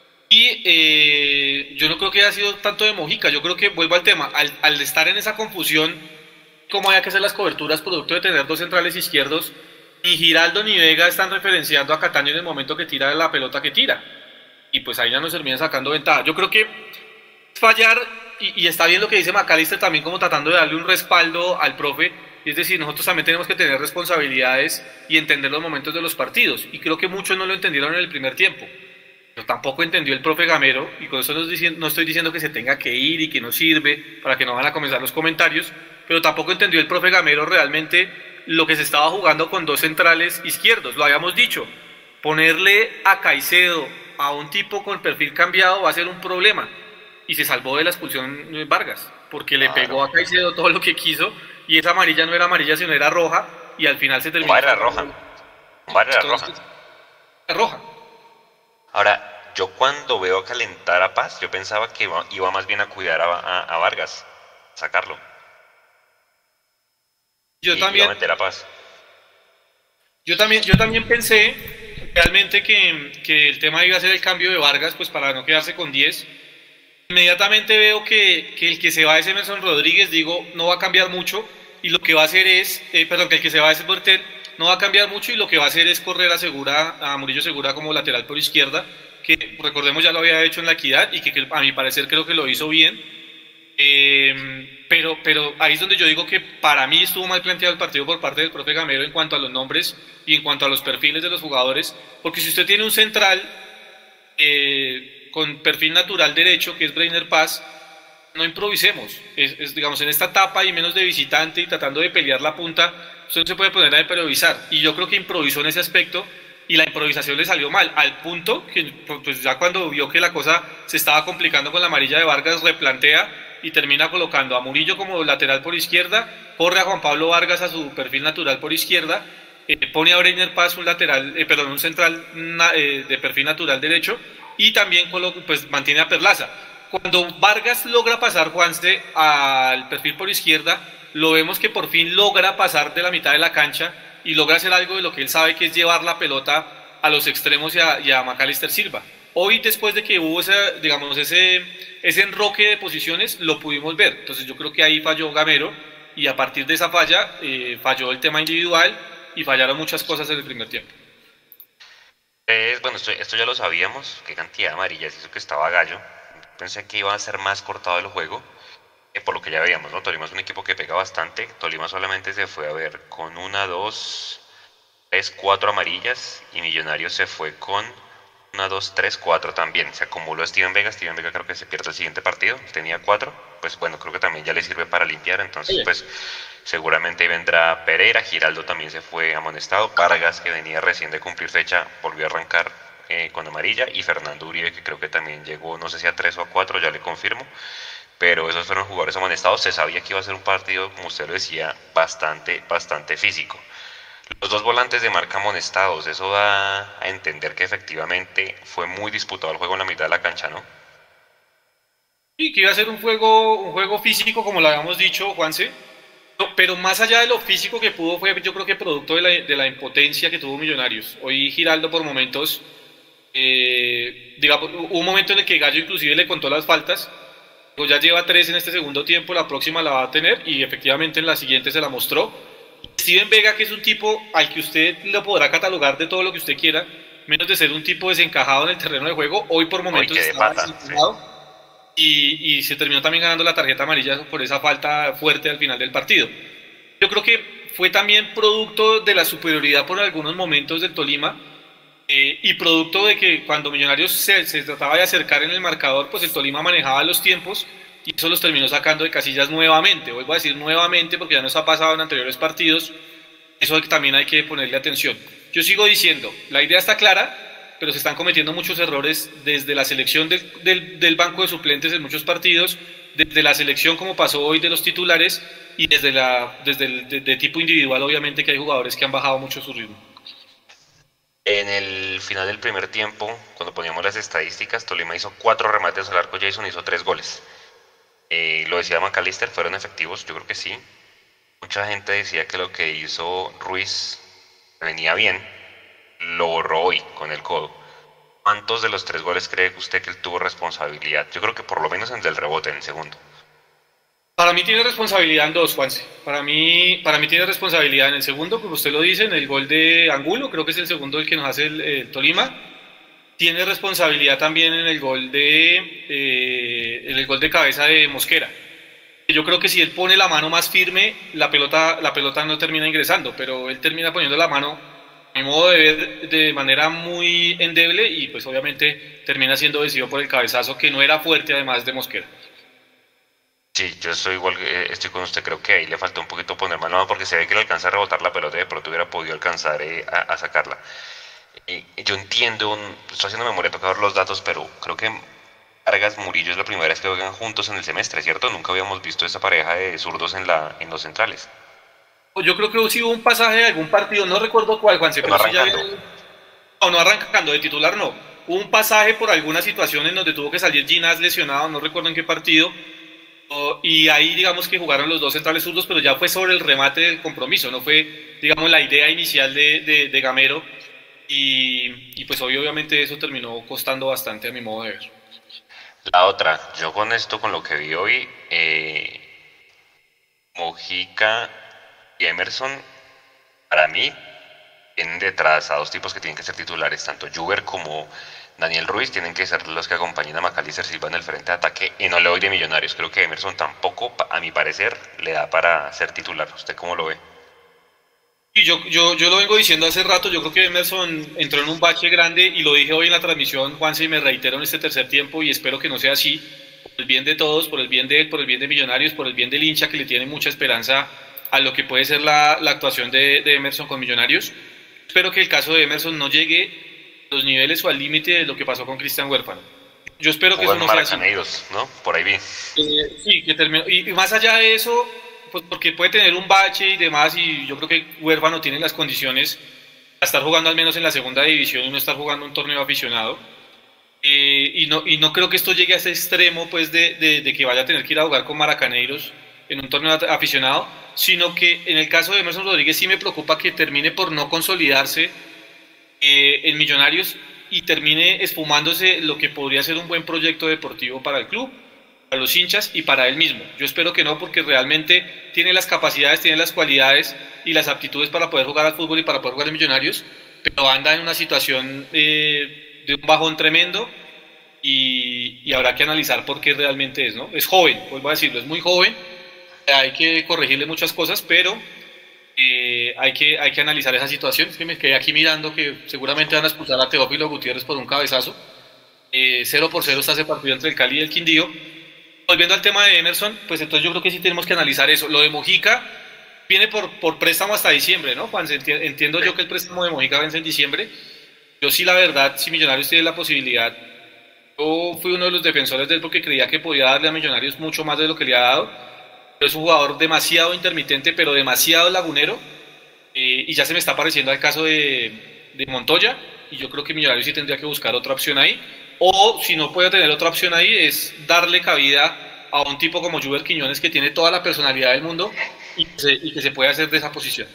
Y yo no creo que haya sido tanto de Mojica. Yo creo que, vuelvo al tema, al estar en esa confusión, cómo había que hacer las coberturas producto de tener 2 centrales izquierdos, ni Giraldo ni Vega están referenciando a Cataño en el momento que tira la pelota que tira, y pues ahí ya nos terminan sacando ventaja. Yo creo que fallar, y está bien lo que dice McAllister también, como tratando de darle un respaldo al profe, y es decir, nosotros también tenemos que tener responsabilidades y entender los momentos de los partidos, y creo que muchos no lo entendieron en el primer tiempo, pero tampoco entendió el profe Gamero, y con eso no estoy diciendo que se tenga que ir y que no sirve, para que no van a comenzar los comentarios, pero tampoco entendió el profe Gamero realmente lo que se estaba jugando con 2 centrales izquierdos. Lo habíamos dicho, ponerle a Caicedo a un tipo con perfil cambiado va a ser un problema, y se salvó de la expulsión Vargas, porque le pegó a Caicedo todo lo que quiso, y esa amarilla no era amarilla sino era roja, y al final se terminó. Era roja. Roja. Ahora, yo cuando veo calentar a Paz, yo pensaba que iba más bien a cuidar a Vargas, sacarlo. Yo Iba también. a meter a Paz. Yo también pensé realmente que el tema iba a ser el cambio de Vargas, pues para no quedarse con 10. Inmediatamente veo que el que se va es Emerson Rodríguez, digo, no va a cambiar mucho, y lo que va a hacer es, que el que se va es Bertel, no va a cambiar mucho, y lo que va a hacer es correr a Murillo Segura como lateral por izquierda, que recordemos ya lo había hecho en la Equidad, y que a mi parecer creo que lo hizo bien. Pero ahí es donde yo digo que para mí estuvo mal planteado el partido por parte del profe Gamero en cuanto a los nombres y en cuanto a los perfiles de los jugadores, porque si usted tiene un central con perfil natural derecho, que es Breiner Paz, no improvisemos. Digamos, en esta etapa y menos de visitante y tratando de pelear la punta, usted no se puede poner a improvisar, y yo creo que improvisó en ese aspecto, y la improvisación le salió mal, al punto que pues ya cuando vio que la cosa se estaba complicando con la amarilla de Vargas, replantea y termina colocando a Murillo como lateral por izquierda, corre a Juan Pablo Vargas a su perfil natural por izquierda, pone a Breiner Paz un central de perfil natural derecho, y también pues mantiene a Perlaza. Cuando Vargas logra pasar, Juanse, al perfil por izquierda, lo vemos que por fin logra pasar de la mitad de la cancha y logra hacer algo de lo que él sabe, que es llevar la pelota a los extremos y a McAllister Silva. Hoy, después de que hubo ese enroque de posiciones, lo pudimos ver. Entonces yo creo que ahí falló Gamero, y a partir de esa falla falló el tema individual y fallaron muchas cosas en el primer tiempo. Bueno, esto ya lo sabíamos, qué cantidad de amarillas hizo que estaba Gallo. Pensé que iba a ser más cortado el juego, por lo que ya veíamos, ¿no? Tolima es un equipo que pega bastante. Tolima solamente se fue a ver con 1, 2, 3, 4 amarillas, y Millonarios se fue con 1, 2, 3, 4 también. Se acumuló Steven Vega creo que se pierde el siguiente partido, tenía 4, pues bueno, creo que también ya le sirve para limpiar, entonces pues seguramente ahí vendrá Pereira. Giraldo también se fue amonestado, Vargas, que venía recién de cumplir fecha, volvió a arrancar con amarilla, y Fernando Uribe, que creo que también llegó, no sé si a 3 o a 4, ya le confirmo, pero esos fueron jugadores amonestados. Se sabía que iba a ser un partido, como usted lo decía, bastante físico. Los 2 volantes de marca amonestados, eso da a entender que efectivamente fue muy disputado el juego en la mitad de la cancha, ¿no? Sí, que iba a ser un juego físico, como lo habíamos dicho, Juanse. Pero más allá de lo físico que pudo, fue yo creo que producto de la impotencia que tuvo Millonarios. Hoy Giraldo por momentos, digamos, hubo un momento en el que Gallo inclusive le contó las faltas, pues ya lleva 3 en este segundo tiempo, la próxima la va a tener y efectivamente en la siguiente se la mostró. Steven Vega, que es un tipo al que usted lo podrá catalogar de todo lo que usted quiera, menos de ser un tipo desencajado en el terreno de juego, hoy por momentos estaba desencajado. Y se terminó también ganando la tarjeta amarilla por esa falta fuerte al final del partido. Yo creo que fue también producto de la superioridad por algunos momentos del Tolima y producto de que cuando Millonarios se trataba de acercar en el marcador, pues el Tolima manejaba los tiempos y eso los terminó sacando de casillas nuevamente. Vuelvo a decir nuevamente porque ya nos ha pasado en anteriores partidos, eso también hay que ponerle atención. Yo sigo diciendo, la idea está clara, pero se están cometiendo muchos errores desde la selección del banco de suplentes en muchos partidos, desde la selección como pasó hoy de los titulares y desde el de tipo individual obviamente que hay jugadores que han bajado mucho su ritmo. En el final del primer tiempo, cuando poníamos las estadísticas, Tolima hizo 4 remates al arco, Jason hizo 3 goles. Lo decía McAllister, ¿fueron efectivos? Yo creo que sí. Mucha gente decía que lo que hizo Ruiz venía bien, lo borró hoy con el codo. ¿Cuántos de los 3 goles cree usted que él tuvo responsabilidad? Yo creo que por lo menos en el del rebote, en el segundo. Para mí tiene responsabilidad en 2, Juanse. Para mí tiene responsabilidad en el segundo, como usted lo dice, en el gol de Angulo, creo que es el segundo el que nos hace el Tolima. Tiene responsabilidad también en el gol de cabeza de Mosquera. Yo creo que si él pone la mano más firme, la pelota no termina ingresando, pero él termina poniendo la mano, a mi modo de ver, de manera muy endeble y pues obviamente termina siendo vencido por el cabezazo que no era fuerte además de Mosquera. Sí, yo estoy igual, estoy con usted, creo que ahí le faltó un poquito poner mano porque se ve que le alcanza a rebotar la pelota y de pronto hubiera podido alcanzar a sacarla. Yo entiendo, estoy haciendo memoria, toca ver los datos, pero creo que Vargas Murillo es la primera vez que juegan juntos en el semestre, ¿cierto? Nunca habíamos visto esa pareja de zurdos en los centrales. Yo creo que sí hubo un pasaje de algún partido, no recuerdo cuál, Juanse, pero sí ya había... No arrancando, de titular no. Hubo un pasaje por alguna situación en donde tuvo que salir Ginás lesionado, no recuerdo en qué partido, y ahí digamos que jugaron los 2 centrales zurdos, pero ya fue sobre el remate del compromiso, no fue, digamos, la idea inicial de Gamero, y pues obviamente eso terminó costando bastante a mi modo de ver. La otra, yo con esto, con lo que vi hoy, Mojica y Emerson, para mí, tienen detrás a 2 tipos que tienen que ser titulares, tanto Juber como Daniel Ruiz tienen que ser los que acompañen a McAllister Silva en el frente de ataque, y no le doy de Millonarios. Creo que Emerson tampoco, a mi parecer, le da para ser titular. ¿Usted cómo lo ve? Y yo lo vengo diciendo hace rato, yo creo que Emerson entró en un bache grande y lo dije hoy en la transmisión, Juanse, y me reitero en este tercer tiempo y espero que no sea así, por el bien de todos, por el bien de él, por el bien de Millonarios, por el bien del hincha que le tiene mucha esperanza a lo que puede ser la actuación de Emerson con Millonarios. Espero que el caso de Emerson no llegue a los niveles o al límite de lo que pasó con Cristian Huérfano. Yo espero que eso no sea así. ¿No? Por ahí vi. Sí, que terminó. Y más allá de eso, pues porque puede tener un bache y demás, y yo creo que Huérfano tiene las condiciones para estar jugando al menos en la segunda división y no estar jugando un torneo aficionado. Y no creo que esto llegue a ese extremo pues de que vaya a tener que ir a jugar con Maracaneiros en un torneo aficionado, sino que en el caso de Emerson Rodríguez sí me preocupa que termine por no consolidarse en Millonarios y termine esfumándose lo que podría ser un buen proyecto deportivo para el club, para los hinchas y para él mismo. Yo espero que no, porque realmente tiene las capacidades, tiene las cualidades y las aptitudes para poder jugar al fútbol y para poder jugar en Millonarios, pero anda en una situación de un bajón tremendo y habrá que analizar por qué realmente es, ¿no? Es joven, vuelvo a decirlo, es muy joven, hay que corregirle muchas cosas, pero hay que analizar esa situación. Es que me quedé aquí mirando que seguramente van a expulsar a Teófilo Gutiérrez por un cabezazo. 0-0 está ese partido entre el Cali y el Quindío. Volviendo al tema de Emerson, pues entonces yo creo que sí tenemos que analizar eso. Lo de Mojica viene por préstamo hasta diciembre, ¿no, Juan? Entiendo yo que el préstamo de Mojica vence en diciembre. Yo sí, la verdad, si Millonarios tiene la posibilidad, yo fui uno de los defensores de él porque creía que podía darle a Millonarios mucho más de lo que le ha dado. Es un jugador demasiado intermitente, pero demasiado lagunero, y ya se me está pareciendo al caso de Montoya, y yo creo que Millonarios sí tendría que buscar otra opción ahí, o si no puede tener otra opción ahí, es darle cabida a un tipo como Juber Quiñones, que tiene toda la personalidad del mundo, y que se puede hacer de esa posición.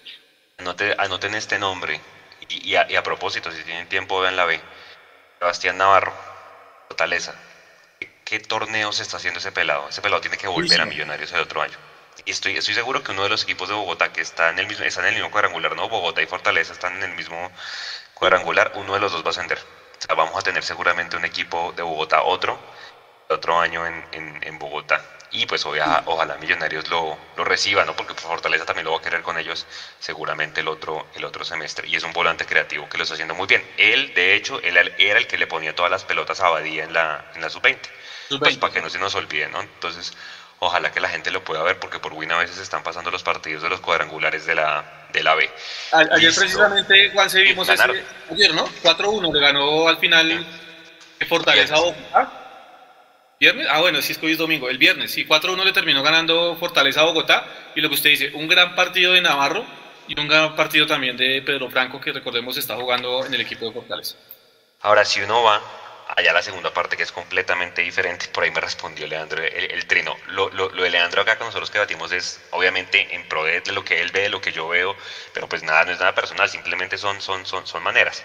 Anoten este nombre. Y a propósito, si tienen tiempo, vean la B. Sebastián Navarro, Fortaleza. ¿Qué torneo se está haciendo ese pelado? Ese pelado tiene que volver a Millonarios el otro año. Y estoy seguro que uno de los equipos de Bogotá que están en el mismo cuadrangular, ¿no? Bogotá y Fortaleza están en el mismo cuadrangular, uno de los dos va a ascender. O sea, vamos a tener seguramente un equipo de Bogotá, otro año en Bogotá. Y pues ojalá Millonarios lo reciba, ¿no? Porque Fortaleza también lo va a querer con ellos seguramente el otro semestre. Y es un volante creativo que lo está haciendo muy bien. Él, de hecho, él era el que le ponía todas las pelotas a Badía en la sub-20. Pues para que no se nos olvide, ¿no? Entonces, ojalá que la gente lo pueda ver, porque por Win a veces están pasando los partidos de los cuadrangulares de la B. Ayer precisamente, Juan, se vimos ayer, ¿no? 4-1 le ganó al final Fortaleza a Bogotá. ¿Viernes? Bueno, sí, es que hoy es domingo. El viernes, sí, 4-1 le terminó ganando Fortaleza a Bogotá. Y lo que usted dice, un gran partido de Navarro y un gran partido también de Pedro Franco, que recordemos está jugando en el equipo de Fortaleza. Ahora, si uno va allá a la segunda parte, que es completamente diferente, por ahí me respondió Leandro el trino. Lo de Leandro acá con nosotros que batimos es obviamente en pro de lo que él ve, de lo que yo veo, pero pues nada, no es nada personal, simplemente son maneras.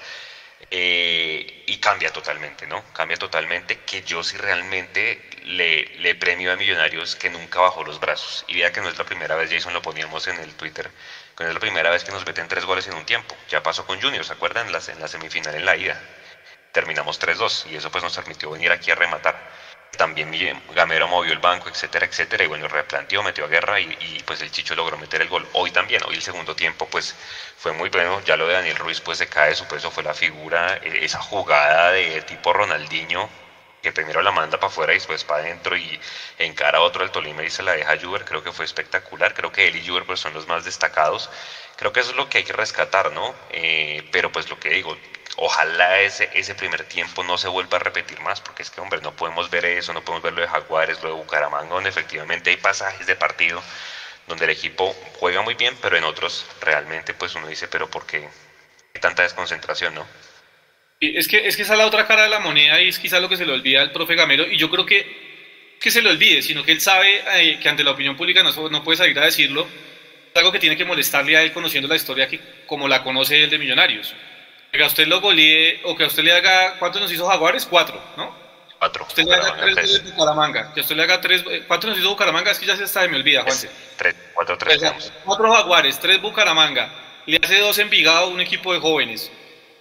Y cambia totalmente, ¿no? Cambia totalmente, que yo sí realmente le premio a Millonarios que nunca bajó los brazos. Y vea que no es la primera vez, Jason, lo poníamos en el Twitter, que no es la primera vez que nos meten 3 goles en un tiempo. Ya pasó con Junior, ¿se acuerdan? En la semifinal, en la ida. Terminamos 3-2 y eso pues nos permitió venir aquí a rematar. También Gamero movió el banco, etcétera, etcétera, y bueno, replanteó, metió a Guerra y pues el Chicho logró meter el gol. Hoy también, hoy el segundo tiempo pues fue muy bueno. Ya lo de Daniel Ruiz pues se cae de su peso, fue la figura, esa jugada de tipo Ronaldinho, que primero la manda para afuera y después para adentro y encara a otro del Tolima y se la deja a Juber. Creo que fue espectacular, creo que él y Juber pues son los más destacados. Creo que eso es lo que hay que rescatar, ¿no? Pero pues lo que digo, ojalá ese primer tiempo no se vuelva a repetir más, porque es que, hombre, no podemos ver eso, no podemos ver lo de Jaguares, lo de Bucaramanga, donde efectivamente hay pasajes de partido donde el equipo juega muy bien, pero en otros realmente pues uno dice, pero ¿por qué hay tanta desconcentración, no? Es que esa es la otra cara de la moneda y es quizás lo que se le olvida al profe Gamero, y yo creo que se le olvide, sino que él sabe que ante la opinión pública no puede salir a decirlo. Es algo que tiene que molestarle a él conociendo la historia que como la conoce él de Millonarios. Que a usted lo golee o que a usted le haga, ¿cuántos nos hizo Jaguares? 4, ¿no? 4. Usted le haga 3 de Bucaramanga. Que a usted le haga 3, ¿cuántos nos hizo Bucaramanga? Es que ya se está, me olvida, Juanse. 4-3. 4 Jaguares, 3 Bucaramanga. Le hace 2 Envigado, un equipo de jóvenes.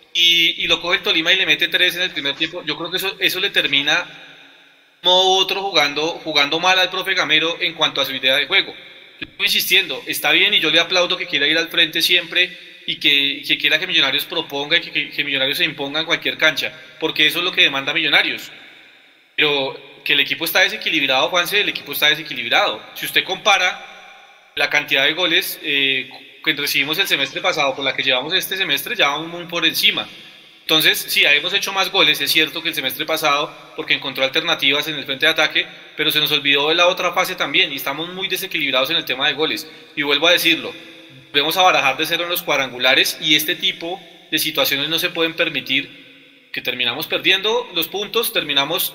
Y lo coge el Tolima y le mete 3 en el primer tiempo. Yo creo que eso le termina modo u otro jugando mal al profe Gamero en cuanto a su idea de juego. Yo estoy insistiendo, está bien y yo le aplaudo que quiera ir al frente siempre y que quiera que Millonarios proponga y que Millonarios se imponga en cualquier cancha, porque eso es lo que demanda Millonarios. Pero que el equipo está desequilibrado, Juanse, el equipo está desequilibrado. Si usted compara la cantidad de goles que recibimos el semestre pasado con la que llevamos este semestre, ya vamos muy por encima. Entonces, sí, hemos hecho más goles, es cierto que el semestre pasado, porque encontró alternativas en el frente de ataque, pero se nos olvidó de la otra fase también, y estamos muy desequilibrados en el tema de goles. Y vuelvo a decirlo, vamos a barajar de cero en los cuadrangulares, y este tipo de situaciones no se pueden permitir, que terminamos perdiendo los puntos, terminamos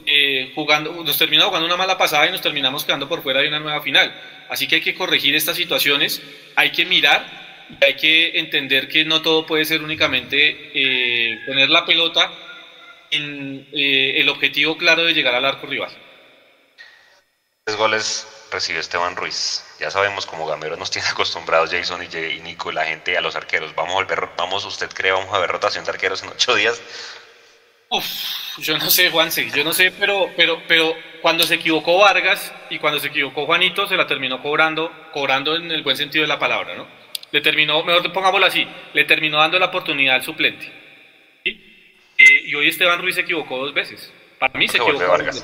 jugando una mala pasada y nos terminamos quedando por fuera de una nueva final. Así que hay que corregir estas situaciones, hay que mirar, y hay que entender que no todo puede ser únicamente poner la pelota en el objetivo claro de llegar al arco rival. 3 goles recibe Esteban Ruiz. Ya sabemos cómo Gamero nos tiene acostumbrados, Jason y Nico, la gente, a los arqueros. ¿Usted cree vamos a ver rotación de arqueros en 8 días? Yo no sé, Juanse, yo no sé, pero cuando se equivocó Vargas y cuando se equivocó Juanito, se la terminó cobrando en el buen sentido de la palabra, ¿no? Le terminó, mejor pongámoslo así, le terminó dando la oportunidad al suplente. ¿Sí? Y hoy Esteban Ruiz se equivocó 2 veces. Para mí se equivocó Vargas.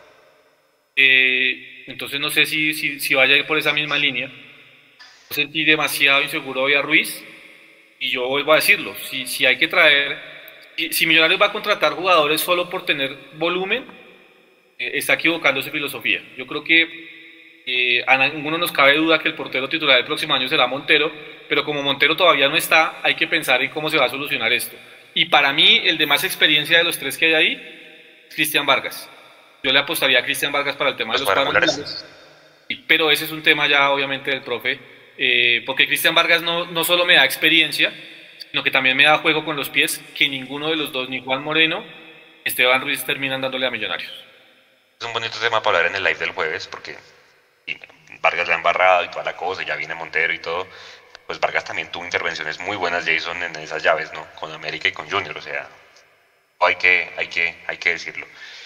Entonces no sé si vaya a ir por esa misma línea. Yo sentí demasiado inseguro hoy a Ruiz y yo vuelvo a decirlo, si hay que traer, si Millonarios va a contratar jugadores solo por tener volumen, está equivocando su filosofía. Yo creo que a ninguno nos cabe duda que el portero titular del próximo año será Montero, pero como Montero todavía no está, hay que pensar en cómo se va a solucionar esto. Y para mí, el de más experiencia de los 3 que hay ahí es Cristian Vargas. Yo le apostaría a Cristian Vargas para el tema de los cuadrangulares. Pero ese es un tema ya obviamente del profe, porque Cristian Vargas no solo me da experiencia, sino que también me da juego con los pies, que ninguno de los dos, ni Juan Moreno, Esteban Ruiz, terminan dándole a Millonarios. Es un bonito tema para hablar en el live del jueves, porque Vargas le ha embarrado y toda la cosa, y ya viene Montero y todo. Pues Vargas también tuvo intervenciones muy buenas, Jason, en esas llaves, ¿no? Con América y con Junior, o sea, hay que decirlo.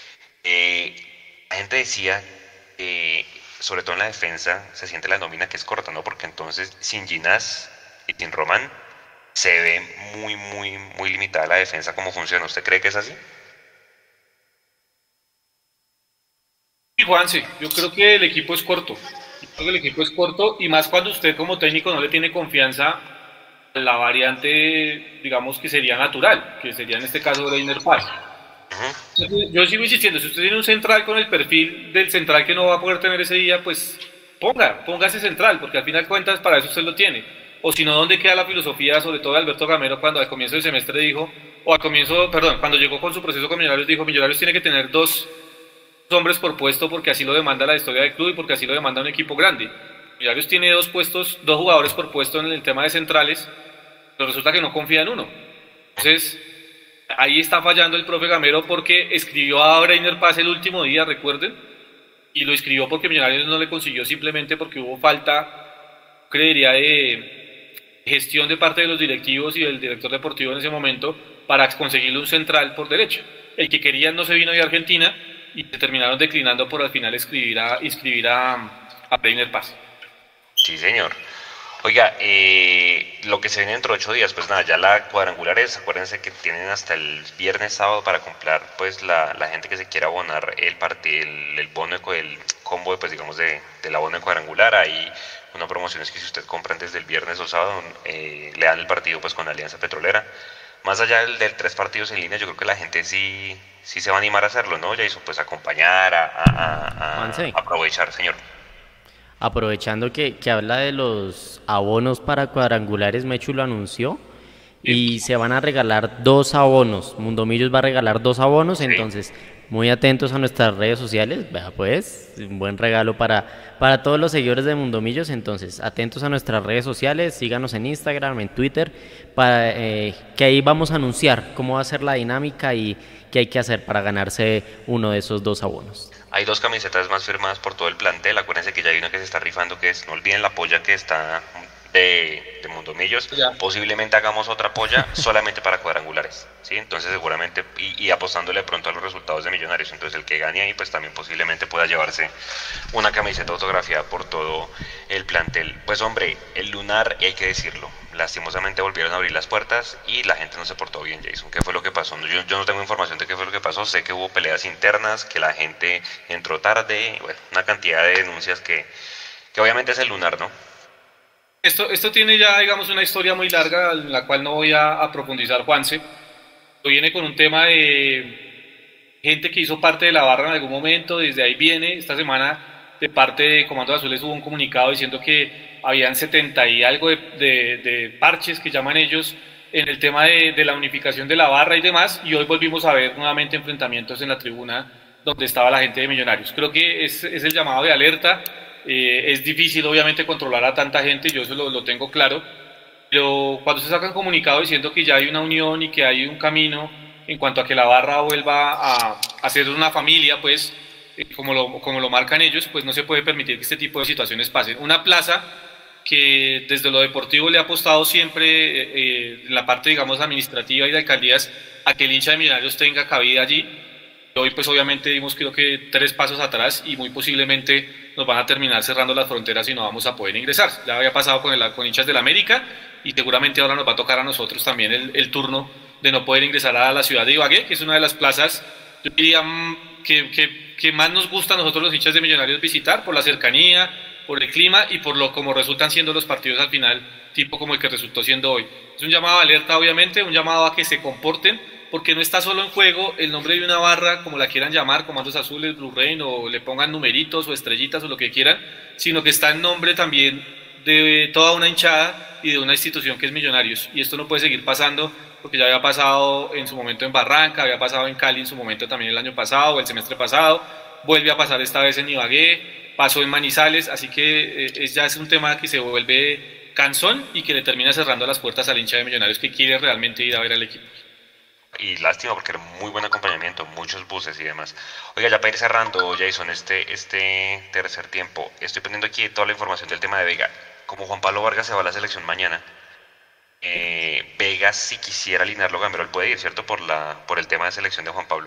La gente decía que, sobre todo en la defensa, se siente la nómina que es corta, ¿no? Porque entonces, sin Ginás y sin Román, se ve muy limitada la defensa. ¿Cómo funciona? ¿Usted cree que es así? Y Juanse, yo creo que el equipo es corto. Yo creo que el equipo es corto y más cuando usted como técnico no le tiene confianza a la variante, digamos, que sería natural, que sería en este caso Reiner Paz. Yo sigo insistiendo, si usted tiene un central con el perfil del central que no va a poder tener ese día, pues ponga ese central, porque al final de cuentas para eso usted lo tiene. O si no, ¿dónde queda la filosofía, sobre todo de Alberto Gamero, cuando al comienzo del semestre dijo, cuando llegó con su proceso con Millonarios, dijo, Millonarios tiene que tener dos hombres por puesto porque así lo demanda la historia del club y porque así lo demanda un equipo grande. Millonarios tiene dos jugadores por puesto en el tema de centrales, pero resulta que no confía en uno. Entonces, ahí está fallando el profe Gamero porque escribió a Breiner Paz el último día, recuerden, y lo escribió porque Millonarios no le consiguió simplemente porque hubo falta, creería, de gestión de parte de los directivos y del director deportivo en ese momento para conseguirle un central por derecha. El que querían no se vino de Argentina y se terminaron declinando por al final inscribir a Breiner Paz. Sí, señor. Oiga, lo que se viene dentro de 8 días, pues nada, ya la cuadrangular es, acuérdense que tienen hasta el viernes, sábado para comprar, pues la gente que se quiera abonar el bono, el combo, pues digamos, del abono de cuadrangular. Hay una promoción, es que si usted compra antes del viernes o sábado, le dan el partido pues con Alianza Petrolera. Más allá del 3 partidos en línea, yo creo que la gente sí se va a animar a hacerlo, ¿no? Ya hizo pues acompañar, a aprovechar, señor. Aprovechando que habla de los abonos para cuadrangulares, Mechu lo anunció y se van a regalar 2 abonos. Mundomillos va a regalar 2 abonos, entonces muy atentos a nuestras redes sociales. Vea pues, un buen regalo para todos los seguidores de Mundomillos. Entonces, atentos a nuestras redes sociales, síganos en Instagram, en Twitter, para que ahí vamos a anunciar cómo va a ser la dinámica y qué hay que hacer para ganarse uno de esos 2 abonos. Hay 2 camisetas más firmadas por todo el plantel. Acuérdense que ya hay una que se está rifando, que es, no olviden la polla que está de Mundomillos. Posiblemente hagamos otra polla solamente para cuadrangulares, ¿sí? Entonces seguramente, y apostándole pronto a los resultados de Millonarios. Entonces el que gane ahí, pues también posiblemente pueda llevarse una camiseta autografiada por todo el plantel. Pues hombre, el lunar, y hay que decirlo, lastimosamente volvieron a abrir las puertas y la gente no se portó bien, Jason. ¿Qué fue lo que pasó? Yo no tengo información de qué fue lo que pasó. Sé que hubo peleas internas, que la gente entró tarde, bueno, una cantidad de denuncias que obviamente es el lunar, ¿no? Esto tiene ya, digamos, una historia muy larga, en la cual no voy a profundizar, Juanse. Viene con un tema de gente que hizo parte de la barra en algún momento, desde ahí viene. Esta semana, de parte de Comandos Azules, hubo un comunicado diciendo que habían 70 y algo de parches, que llaman ellos, en el tema de la unificación de la barra y demás, y hoy volvimos a ver nuevamente enfrentamientos en la tribuna donde estaba la gente de Millonarios. Creo que es el llamado de alerta. Es difícil obviamente controlar a tanta gente, yo eso lo tengo claro, pero cuando se sacan comunicados diciendo que ya hay una unión y que hay un camino en cuanto a que la barra vuelva a ser una familia, pues como lo marcan ellos, pues no se puede permitir que este tipo de situaciones pasen. Una plaza que desde lo deportivo le ha apostado siempre en la parte, digamos, administrativa y de alcaldías a que el hincha de Millonarios tenga cabida allí. Hoy pues obviamente dimos creo que 3 pasos atrás y muy posiblemente nos van a terminar cerrando las fronteras y no vamos a poder ingresar. Ya había pasado con hinchas del América y seguramente ahora nos va a tocar a nosotros también el turno de no poder ingresar a la ciudad de Ibagué, que es una de las plazas, yo diría, que más nos gusta a nosotros los hinchas de Millonarios visitar por la cercanía, por el clima y por como resultan siendo los partidos al final, tipo como el que resultó siendo hoy. Es un llamado de alerta obviamente, un llamado a que se comporten, porque no está solo en juego el nombre de una barra, como la quieran llamar, Comandos Azules, Blue Rain, o le pongan numeritos o estrellitas o lo que quieran, sino que está en nombre también de toda una hinchada y de una institución que es Millonarios. Y esto no puede seguir pasando, porque ya había pasado en su momento en Barranca, había pasado en Cali en su momento también el año pasado o el semestre pasado, vuelve a pasar esta vez en Ibagué. pasó en Manizales, así que ya es un tema que se vuelve cansón y que le termina cerrando las puertas al hincha de Millonarios que quiere realmente ir a ver al equipo. Y lástima porque era muy buen acompañamiento, muchos buses y demás. Oiga, ya para ir cerrando, Jason, este tercer tiempo, estoy poniendo aquí toda la información del tema de Vega. Como Juan Pablo Vargas se va a la selección mañana, Vega, si quisiera alinearlo, Gamero, él puede ir, ¿cierto? Por el tema de selección de Juan Pablo.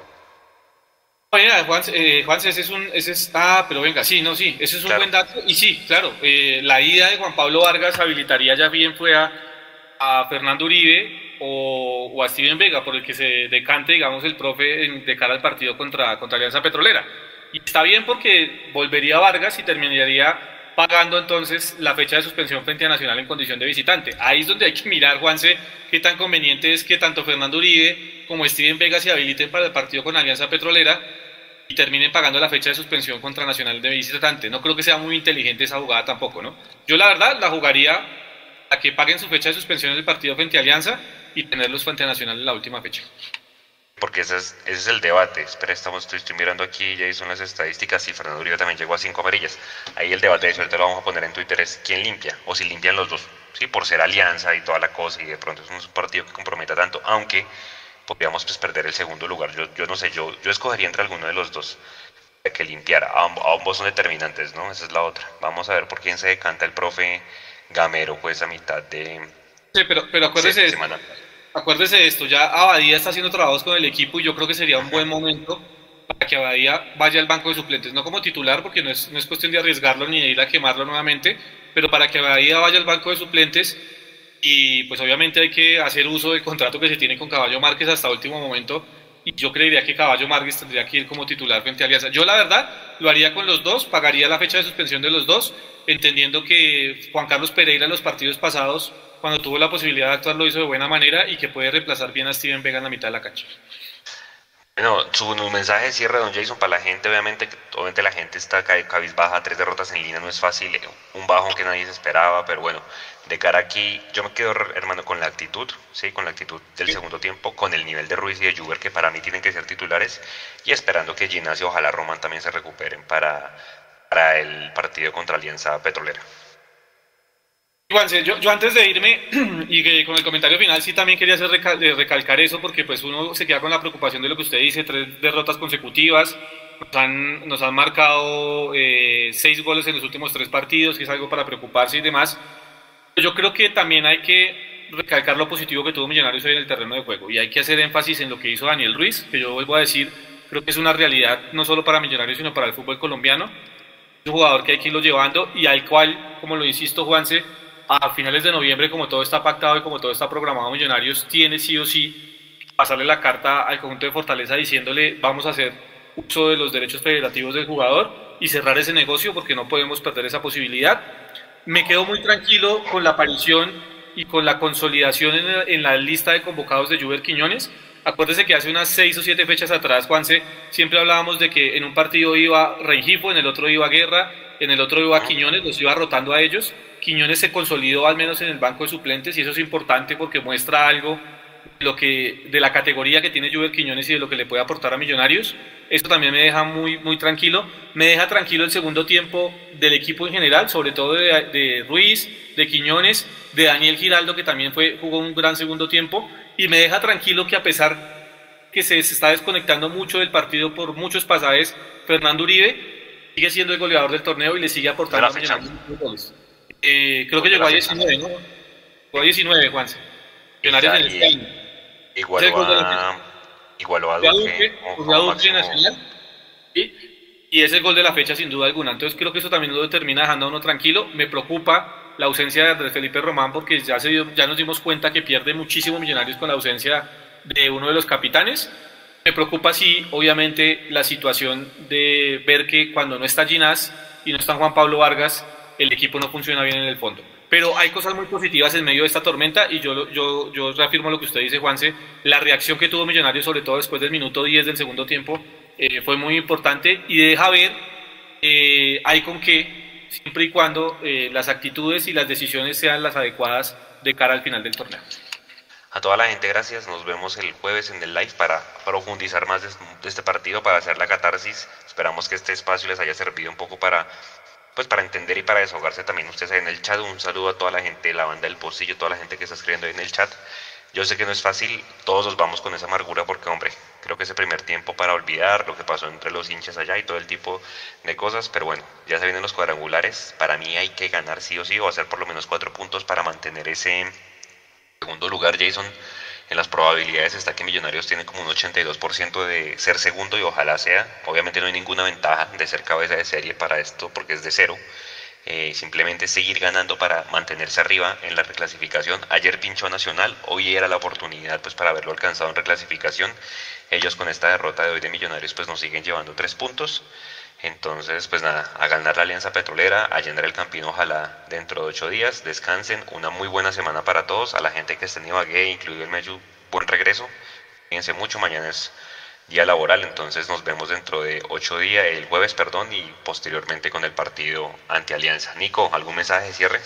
Oye, Juanse, pero venga, sí, no, sí, ese es un buen dato, y sí, claro, la ida de Juan Pablo Vargas habilitaría ya bien fuera a Fernando Uribe o a Steven Vega, por el que se decante, digamos, el profe de cara al partido contra Alianza Petrolera. Y está bien porque volvería Vargas y terminaría pagando entonces la fecha de suspensión frente a Nacional en condición de visitante. Ahí es donde hay que mirar, Juanse, qué tan conveniente es que tanto Fernando Uribe como Steven Vega se habiliten para el partido con Alianza Petrolera y terminen pagando la fecha de suspensión contra Nacional de visitante. No creo que sea muy inteligente esa jugada tampoco, ¿no? Yo la verdad la jugaría a que paguen su fecha de suspensión del partido frente a Alianza y tenerlos frente a Nacional en la última fecha. Porque ese es el debate. Espera, estoy mirando aquí, ya hizo las estadísticas y Fernando Uribe también llegó a 5 amarillas. Ahí el debate, de eso ahorita lo vamos a poner en Twitter, es quién limpia, o si limpian los dos, ¿sí? Por ser Alianza y toda la cosa, y de pronto es un partido que comprometa tanto, aunque podríamos pues perder el segundo lugar. Yo no sé, yo escogería entre alguno de los dos que limpiara. Ambos son determinantes, ¿no? Esa es la otra. Vamos a ver por quién se decanta el profe Gamero, pues a mitad de... Sí, pero acuérdese de esto, ya Abadía está haciendo trabajos con el equipo y yo creo que sería un buen momento para que Abadía vaya al banco de suplentes, no como titular porque no es cuestión de arriesgarlo ni de ir a quemarlo nuevamente, pero para que Abadía vaya al banco de suplentes y pues obviamente hay que hacer uso del contrato que se tiene con Caballo Márquez hasta último momento y yo creería que Caballo Márquez tendría que ir como titular frente a Alianza. Yo la verdad lo haría con los dos, pagaría la fecha de suspensión de los dos, entendiendo que Juan Carlos Pereira en los partidos pasados, cuando tuvo la posibilidad de actuar, lo hizo de buena manera y que puede reemplazar bien a Steven Vega en la mitad de la cancha. Bueno, un mensaje de cierre, don Jason, para la gente, obviamente la gente está cabizbaja, 3 derrotas en línea no es fácil, un bajón que nadie se esperaba, pero bueno, de cara aquí, yo me quedo, hermano, con la actitud, ¿sí? Con la actitud del segundo tiempo, con el nivel de Ruiz y de Juber, que para mí tienen que ser titulares, y esperando que Ginás y ojalá Román también se recuperen para el partido contra Alianza Petrolera. Juanse, yo antes de irme y que con el comentario final sí también quería recalcar eso porque pues uno se queda con la preocupación de lo que usted dice, 3 derrotas consecutivas, nos han marcado 6 goles en los últimos 3 partidos, que es algo para preocuparse y demás. Yo creo que también hay que recalcar lo positivo que tuvo Millonarios hoy en el terreno de juego y hay que hacer énfasis en lo que hizo Daniel Ruiz, que yo vuelvo a decir, creo que es una realidad no solo para Millonarios sino para el fútbol colombiano. Es un jugador que hay que irlo llevando y al cual, como lo insisto, Juanse, a finales de noviembre, como todo está pactado y como todo está programado, Millonarios tiene sí o sí pasarle la carta al conjunto de Fortaleza diciéndole vamos a hacer uso de los derechos federativos del jugador y cerrar ese negocio porque no podemos perder esa posibilidad. Me quedo muy tranquilo con la aparición y con la consolidación en la lista de convocados de Juber Quiñones. Acuérdese que hace unas 6 o 7 fechas atrás, Juanse, siempre hablábamos de que en un partido iba Rengifo, en el otro iba Guerra, en el otro iba Quiñones, los iba rotando a ellos. Quiñones se consolidó al menos en el banco de suplentes y eso es importante porque muestra algo de la categoría que tiene Juber Quiñones y de lo que le puede aportar a Millonarios. Eso también me deja muy, muy tranquilo. Me deja tranquilo el segundo tiempo del equipo en general, sobre todo de Ruiz, de Quiñones, de Daniel Giraldo, que también jugó un gran segundo tiempo. Y me deja tranquilo que a pesar que se está desconectando mucho del partido por muchos pasajes, Fernando Uribe sigue siendo el goleador del torneo y le sigue aportando a Millonarios muchos goles. Creo que llegó a 19, ¿no? Llegó a 19, Juanse. Millonarios en este año. Igualó a Duque Nacional. Y es el gol de la fecha sin duda alguna. Entonces creo que eso también lo termina dejando a uno tranquilo. Me preocupa la ausencia de Andrés Felipe Román porque ya nos dimos cuenta que pierde muchísimo Millonarios con la ausencia de uno de los capitanes. Me preocupa sí, obviamente, la situación de ver que cuando no está Ginás y no está Juan Pablo Vargas, el equipo no funciona bien en el fondo. Pero hay cosas muy positivas en medio de esta tormenta y yo reafirmo lo que usted dice, Juanse. La reacción que tuvo Millonarios, sobre todo después del minuto 10 del segundo tiempo, fue muy importante y deja ver hay con qué, siempre y cuando las actitudes y las decisiones sean las adecuadas de cara al final del torneo. A toda la gente, gracias. Nos vemos el jueves en el live para profundizar más de este partido, para hacer la catarsis. Esperamos que este espacio les haya servido un poco para entender y para desahogarse también ustedes ahí en el chat. Un saludo a toda la gente de la banda del Pocillo, toda la gente que está escribiendo ahí en el chat. Yo sé que no es fácil, todos nos vamos con esa amargura porque, hombre, creo que ese primer tiempo para olvidar lo que pasó entre los hinchas allá y todo el tipo de cosas, pero bueno, ya se vienen los cuadrangulares. Para mí hay que ganar sí o sí, o hacer por lo menos 4 puntos para mantener ese segundo lugar. Jason, en las probabilidades está que Millonarios tiene como un 82% de ser segundo y ojalá sea. Obviamente no hay ninguna ventaja de ser cabeza de serie para esto porque es de cero. Simplemente seguir ganando para mantenerse arriba en la reclasificación. Ayer pinchó Nacional, hoy era la oportunidad pues para haberlo alcanzado en reclasificación. Ellos con esta derrota de hoy de Millonarios pues nos siguen llevando 3 puntos. Entonces pues nada, a ganar la Alianza Petrolera, a llenar el Campín ojalá dentro de 8 días. Descansen, una muy buena semana para todos. A la gente que esté en Ibagué, incluido el Meyu, buen regreso. Fíjense mucho, mañana es día laboral, entonces nos vemos dentro de 8 días, el jueves, perdón, y posteriormente con el partido ante Alianza. Nico, ¿algún mensaje de cierre?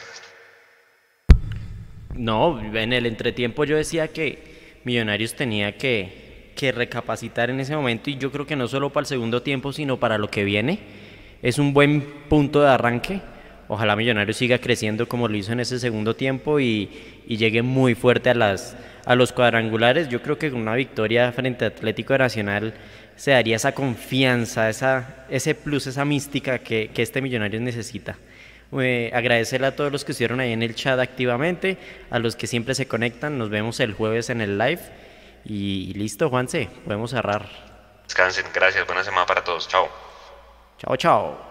No, en el entretiempo yo decía que Millonarios tenía que recapacitar en ese momento y yo creo que no solo para el segundo tiempo, sino para lo que viene. Es un buen punto de arranque. Ojalá Millonarios siga creciendo como lo hizo en ese segundo tiempo y llegue muy fuerte a los cuadrangulares. Yo creo que con una victoria frente a Atlético Nacional se daría esa confianza, ese plus, esa mística que este Millonarios necesita. Agradecerle a todos los que estuvieron ahí en el chat activamente, a los que siempre se conectan. Nos vemos el jueves en el live y listo, Juanse, podemos cerrar. Descansen, gracias, buena semana para todos, chao. Chao, chao.